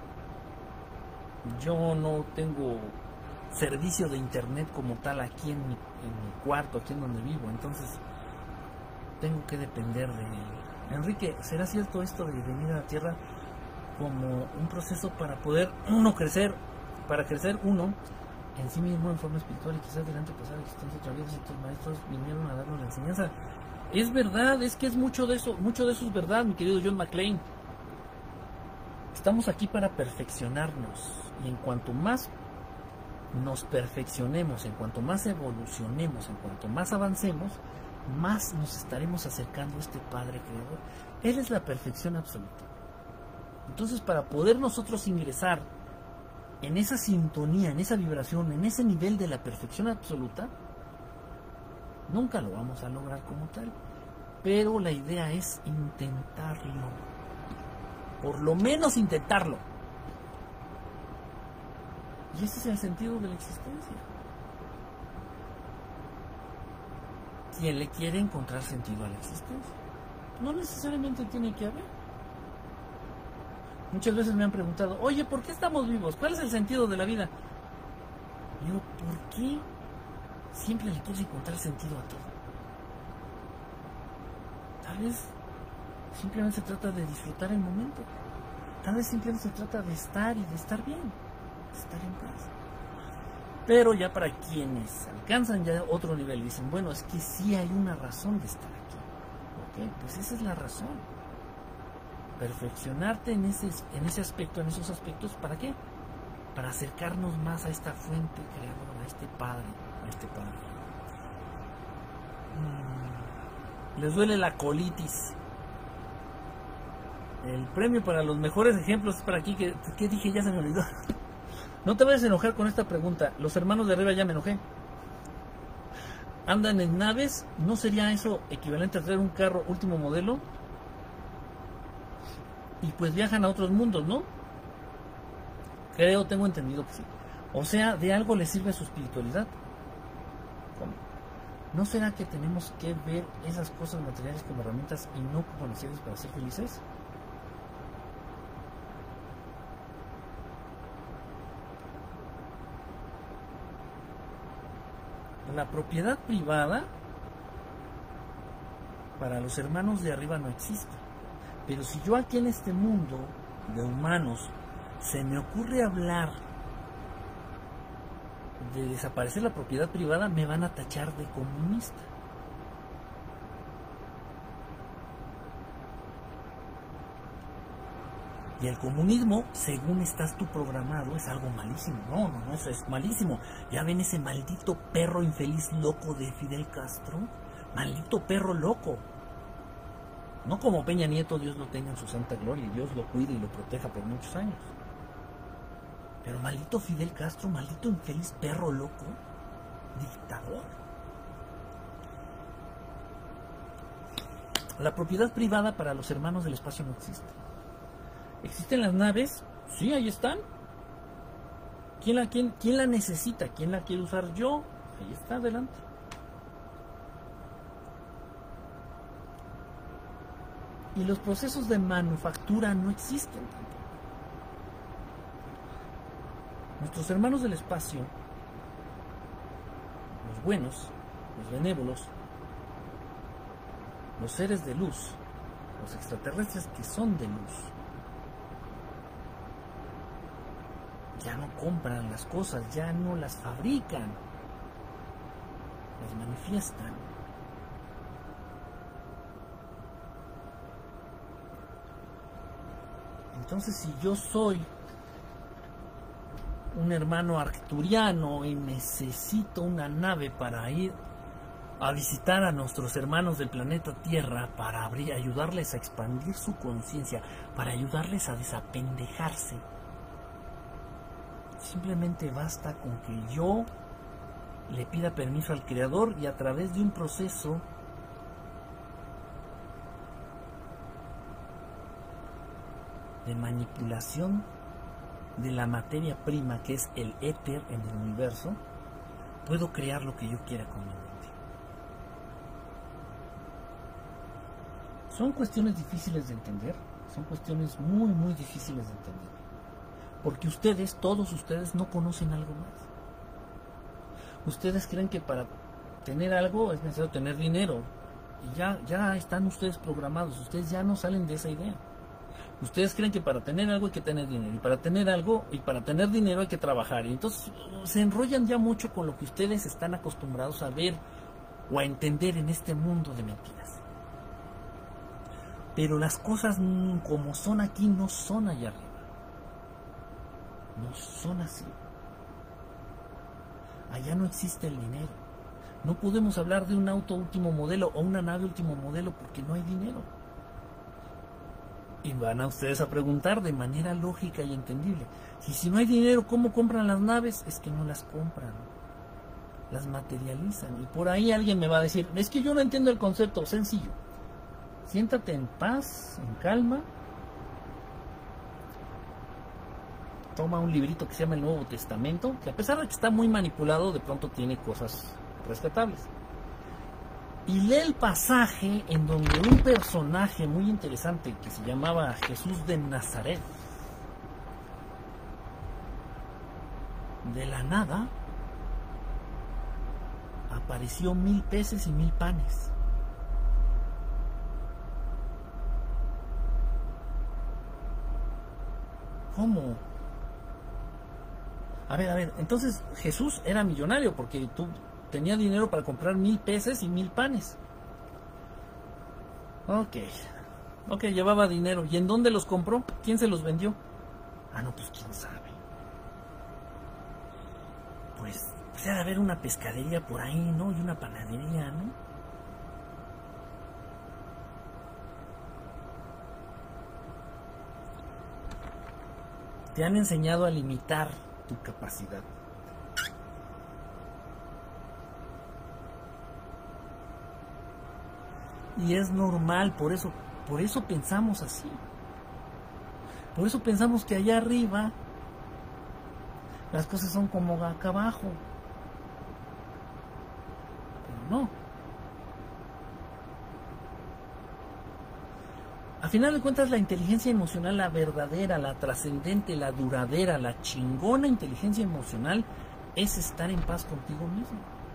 Yo no tengo servicio de internet como tal aquí en mi cuarto, aquí en donde vivo, entonces tengo que depender de él. Enrique, ¿será cierto esto de venir a la Tierra como un proceso para poder uno crecer, para crecer uno en sí mismo en forma espiritual y quizás delante pasar existencia otra vez y tus maestros vinieron a darnos la enseñanza? Es verdad, es que es mucho de eso es verdad, mi querido John McClane. Estamos aquí para perfeccionarnos, y en cuanto más nos perfeccionemos, en cuanto más evolucionemos, en cuanto más avancemos, más nos estaremos acercando a este Padre Creador. Él es la perfección absoluta. Entonces, para poder nosotros ingresar en esa sintonía, en esa vibración, en ese nivel de la perfección absoluta, nunca lo vamos a lograr como tal, pero la idea es intentarlo, por lo menos intentarlo. Y ese es el sentido de la existencia. Quien le quiere encontrar sentido a la existencia, no necesariamente tiene que haber. Muchas veces me han preguntado, oye, ¿por qué estamos vivos? ¿Cuál es el sentido de la vida? Y digo, ¿por qué siempre le quieres encontrar sentido a todo? Tal vez simplemente se trata de disfrutar el momento. Tal vez simplemente se trata de estar y de estar bien, de estar en paz. Pero ya para quienes alcanzan ya otro nivel y dicen, bueno, es que sí hay una razón de estar aquí. Ok, pues esa es la razón. Perfeccionarte en ese aspecto, en esos aspectos, ¿para qué? Para acercarnos más a esta fuente creadora, a este Padre, Les duele la colitis. El premio para los mejores ejemplos es para aquí. ¿Qué dije? Ya se me olvidó. No te vayas a enojar con esta pregunta. Los hermanos de arriba, ya me enojé. ¿Andan en naves? ¿No sería eso equivalente a traer un carro último modelo? Y pues viajan a otros mundos, ¿no? Tengo entendido que sí. O sea, de algo les sirve su espiritualidad. ¿Cómo? ¿No será que tenemos que ver esas cosas materiales como herramientas y no como necesarias para ser felices? La propiedad privada para los hermanos de arriba no existe. Pero si yo aquí en este mundo de humanos se me ocurre hablar de desaparecer la propiedad privada, me van a tachar de comunista. Y el comunismo, según estás tú programado, es algo malísimo. No, eso es malísimo. Ya ven ese maldito perro infeliz loco de Fidel Castro. Maldito perro loco. No como Peña Nieto, Dios lo tenga en su santa gloria, y Dios lo cuide y lo proteja por muchos años. Pero maldito Fidel Castro, maldito infeliz perro loco, dictador. La propiedad privada para los hermanos del espacio no existe. ¿Existen las naves? Sí, ahí están. ¿Quién la necesita? ¿Quién la quiere usar? Yo. Ahí está, adelante. Y los procesos de manufactura no existen tampoco. Nuestros hermanos del espacio, los buenos, los benévolos, los seres de luz, los extraterrestres que son de luz, ya no compran las cosas, ya no las fabrican, las manifiestan. Entonces, si yo soy un hermano arcturiano y necesito una nave para ir a visitar a nuestros hermanos del planeta Tierra para ayudarles a expandir su conciencia, para ayudarles a desapendejarse. Simplemente basta con que yo le pida permiso al Creador y a través de un proceso de manipulación de la materia prima, que es el éter en el universo, puedo crear lo que yo quiera con mi mente. Son cuestiones difíciles de entender, son cuestiones muy, muy difíciles de entender, porque ustedes, todos ustedes, no conocen algo más. Ustedes creen que para tener algo es necesario tener dinero, y ya están ustedes programados, ustedes ya no salen de esa idea. Ustedes creen que para tener algo hay que tener dinero, y para tener algo y para tener dinero hay que trabajar, y entonces se enrollan ya mucho con lo que ustedes están acostumbrados a ver o a entender en este mundo de mentiras. Pero las cosas como son aquí no son allá arriba. No son así. Allá no existe el dinero. No podemos hablar de un auto último modelo o una nave último modelo porque no hay dinero. Y van a ustedes a preguntar de manera lógica y entendible: si no hay dinero, ¿cómo compran las naves? Es que no las compran, las materializan. Y por ahí alguien me va a decir: es que yo no entiendo el concepto. Sencillo. Siéntate en paz, en calma. Toma un librito que se llama el Nuevo Testamento, que a pesar de que está muy manipulado, de pronto tiene cosas rescatables. Y lee el pasaje en donde un personaje muy interesante que se llamaba Jesús de Nazaret, de la nada apareció 1000 peces y 1000 panes. ¿Cómo? A ver, entonces Jesús era millonario porque tenía dinero para comprar 1000 peces y 1000 panes. Ok, llevaba dinero. ¿Y en dónde los compró? ¿Quién se los vendió? No, pues quién sabe. Pues debe haber una pescadería por ahí, ¿no? Y una panadería, ¿no? Te han enseñado a limitar tu capacidad. Y es normal, por eso pensamos así. Por eso pensamos que allá arriba las cosas son como acá abajo. Pero no. A final de cuentas, la inteligencia emocional, la verdadera, la trascendente, la duradera, la chingona inteligencia emocional, es estar en paz contigo mismo.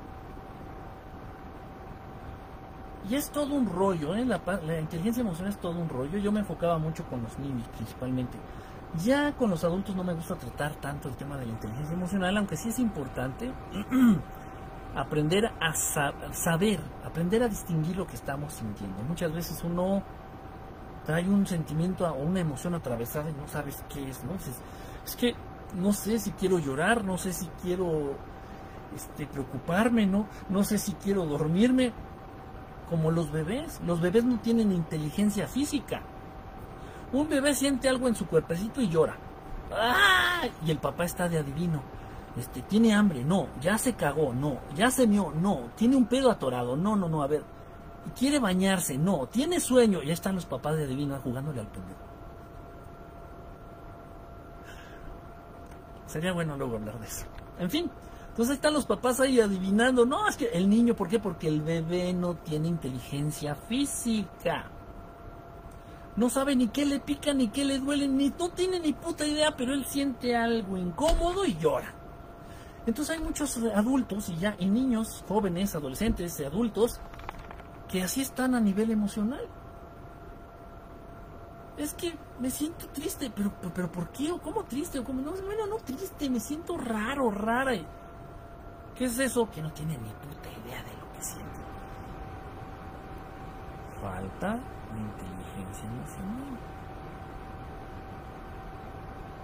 Y es todo un rollo, ¿eh? La inteligencia emocional es todo un rollo. Yo me enfocaba mucho con los niños, principalmente. Ya con los adultos no me gusta tratar tanto el tema de la inteligencia emocional, aunque sí es importante aprender a saber, aprender a distinguir lo que estamos sintiendo. Muchas veces uno trae un sentimiento o una emoción atravesada y no sabes qué es, ¿no? Es que no sé si quiero llorar, no sé si quiero preocuparme, no sé si quiero dormirme. Como los bebés no tienen inteligencia física. Un bebé siente algo en su cuerpecito y llora. ¡Ah! Y el papá está de adivino. Tiene hambre, no. Ya se cagó, no. Ya se mió, no. Tiene un pedo atorado, no, a ver. Quiere bañarse, no. Tiene sueño. Ya están los papás de adivino jugándole al pendejo. Sería bueno luego hablar de eso. En fin. Entonces están los papás ahí adivinando. No, es que el niño, ¿por qué? Porque el bebé no tiene inteligencia física. No sabe ni qué le pica, ni qué le duele, no tiene ni puta idea, pero él siente algo incómodo y llora. Entonces hay muchos adultos y niños, jóvenes, adolescentes, adultos, que así están a nivel emocional. Es que me siento triste, pero ¿por qué? ¿O cómo triste? ¿O cómo? No, bueno, no triste, me siento rara. ¿Qué es eso? Que no tiene ni puta idea de lo que siente. Falta de inteligencia emocional.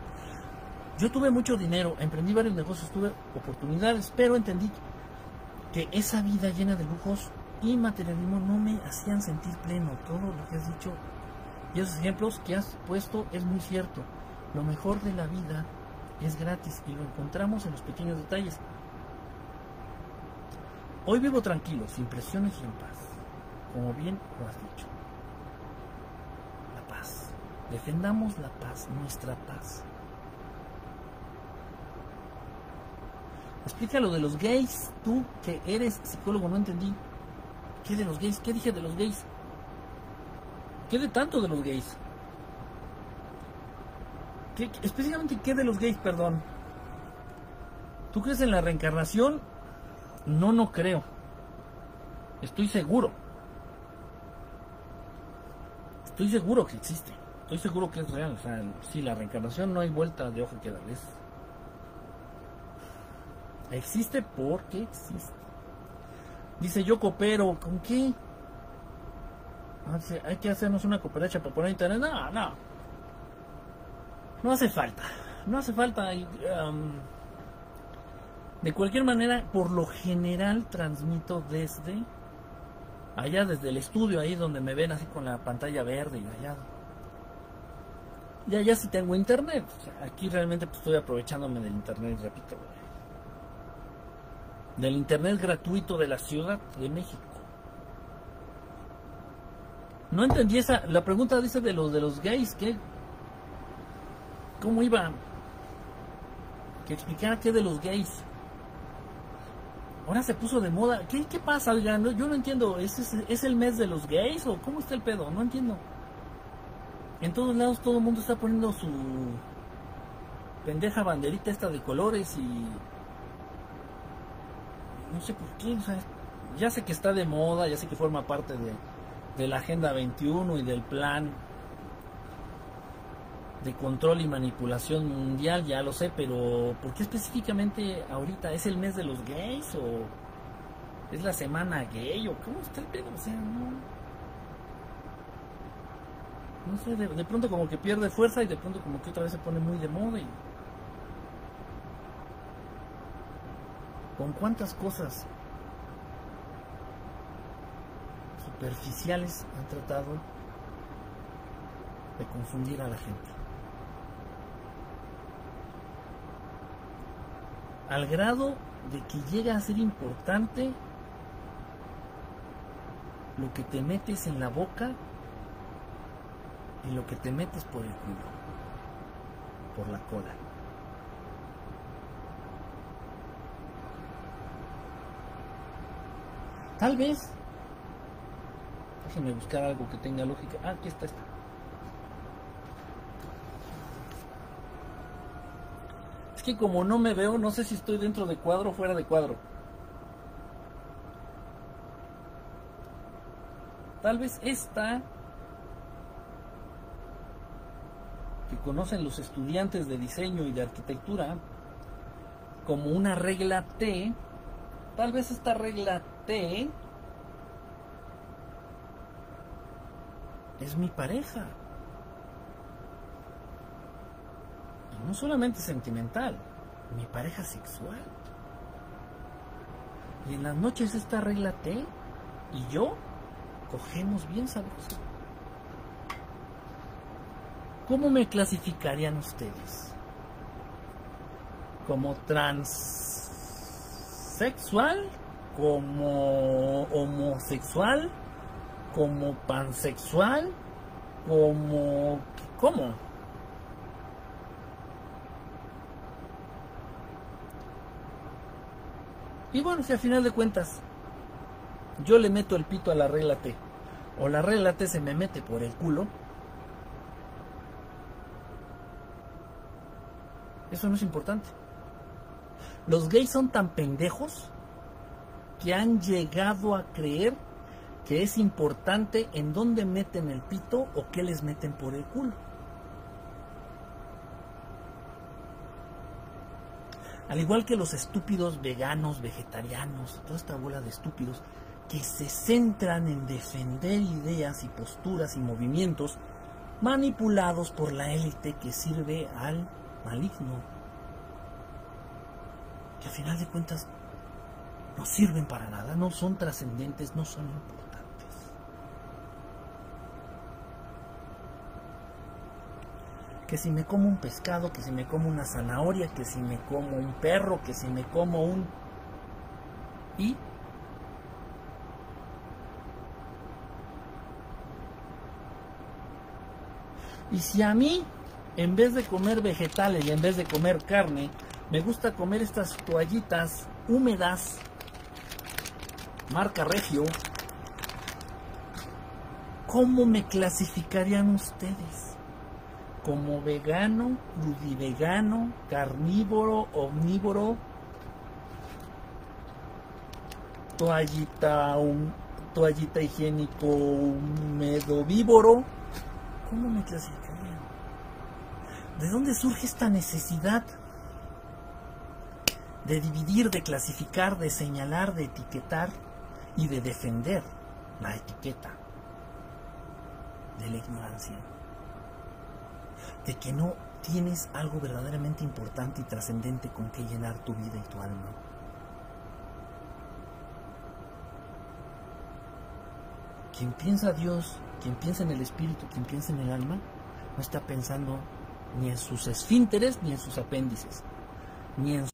Yo tuve mucho dinero, emprendí varios negocios, tuve oportunidades, pero entendí que esa vida llena de lujos y materialismo no me hacían sentir pleno. Todo lo que has dicho y esos ejemplos que has puesto es muy cierto. Lo mejor de la vida es gratis y lo encontramos en los pequeños detalles. Hoy vivo tranquilo, sin presiones y en paz, como bien lo has dicho. La paz. Defendamos la paz, nuestra paz. Explica lo de los gays. Tú que eres psicólogo, no entendí. ¿Qué de los gays? ¿Qué dije de los gays? ¿Qué de tanto de los gays? Específicamente, ¿qué de los gays? Perdón. ¿Tú crees en la reencarnación? No, no creo. Estoy seguro. Estoy seguro que existe. Estoy seguro que es real. O sea, sí, la reencarnación no hay vuelta de hoja que darles. Existe porque existe. Dice, yo coopero. ¿Con qué? Hay que hacernos una cooperacha para poner internet. No, no. No hace falta. No hace falta. De cualquier manera, por lo general transmito desde allá, desde el estudio, ahí donde me ven así con la pantalla verde y allá. Y allá sí tengo internet. O sea, aquí realmente pues, estoy aprovechándome del internet, repito. Del internet gratuito de la Ciudad de México. No entendí esa. La pregunta dice de los gays, ¿qué? ¿Cómo iba? Que explicara qué de los gays. Ahora se puso de moda. ¿Qué pasa? Oigan, yo no entiendo. ¿Es el mes de los gays o cómo está el pedo? No entiendo. En todos lados todo el mundo está poniendo su pendeja banderita esta de colores y no sé por qué. O sea, ya sé que está de moda, ya sé que forma parte de la Agenda 21 y del plan de control y manipulación mundial, ya lo sé, pero ¿por qué específicamente ahorita? ¿Es el mes de los gays o es la semana gay o cómo está el pedo? O sea, no sé, de pronto como que pierde fuerza y de pronto como que otra vez se pone muy de moda y con cuántas cosas superficiales han tratado de confundir a la gente. Al grado de que llega a ser importante lo que te metes en la boca y lo que te metes por el culo, por la cola. Tal vez, déjenme buscar algo que tenga lógica. Ah, aquí está. Es que como no me veo, no sé si estoy dentro de cuadro o fuera de cuadro. Tal vez esta, que conocen los estudiantes de diseño y de arquitectura, como una regla T, tal vez esta regla T es mi pareja. Y no solamente sentimental, mi pareja sexual. Y en las noches esta regla T y yo cogemos bien sabroso. ¿Cómo me clasificarían ustedes? ¿Como transsexual? ¿Como homosexual? ¿Como pansexual? ¿Cómo? Y bueno, si al final de cuentas yo le meto el pito a la regla T o la regla T se me mete por el culo, eso no es importante. Los gays son tan pendejos que han llegado a creer que es importante en dónde meten el pito o qué les meten por el culo. Al igual que los estúpidos veganos, vegetarianos, toda esta bola de estúpidos que se centran en defender ideas y posturas y movimientos manipulados por la élite que sirve al maligno, que a final de cuentas no sirven para nada, no son trascendentes, no son importantes. Que si me como un pescado, que si me como una zanahoria, que si me como un perro, que si me como un... ¿Y? Y si a mí, en vez de comer vegetales y en vez de comer carne, me gusta comer estas toallitas húmedas, marca Regio, ¿cómo me clasificarían ustedes? ¿Como vegano, crudivegano, carnívoro, omnívoro, toallita higiénico, medovívoro? ¿Cómo me clasificarían? ¿De dónde surge esta necesidad de dividir, de clasificar, de señalar, de etiquetar y de defender la etiqueta de la ignorancia? De que no tienes algo verdaderamente importante y trascendente con que llenar tu vida y tu alma. Quien piensa a Dios, quien piensa en el espíritu, quien piensa en el alma, no está pensando ni en sus esfínteres, ni en sus apéndices, ni en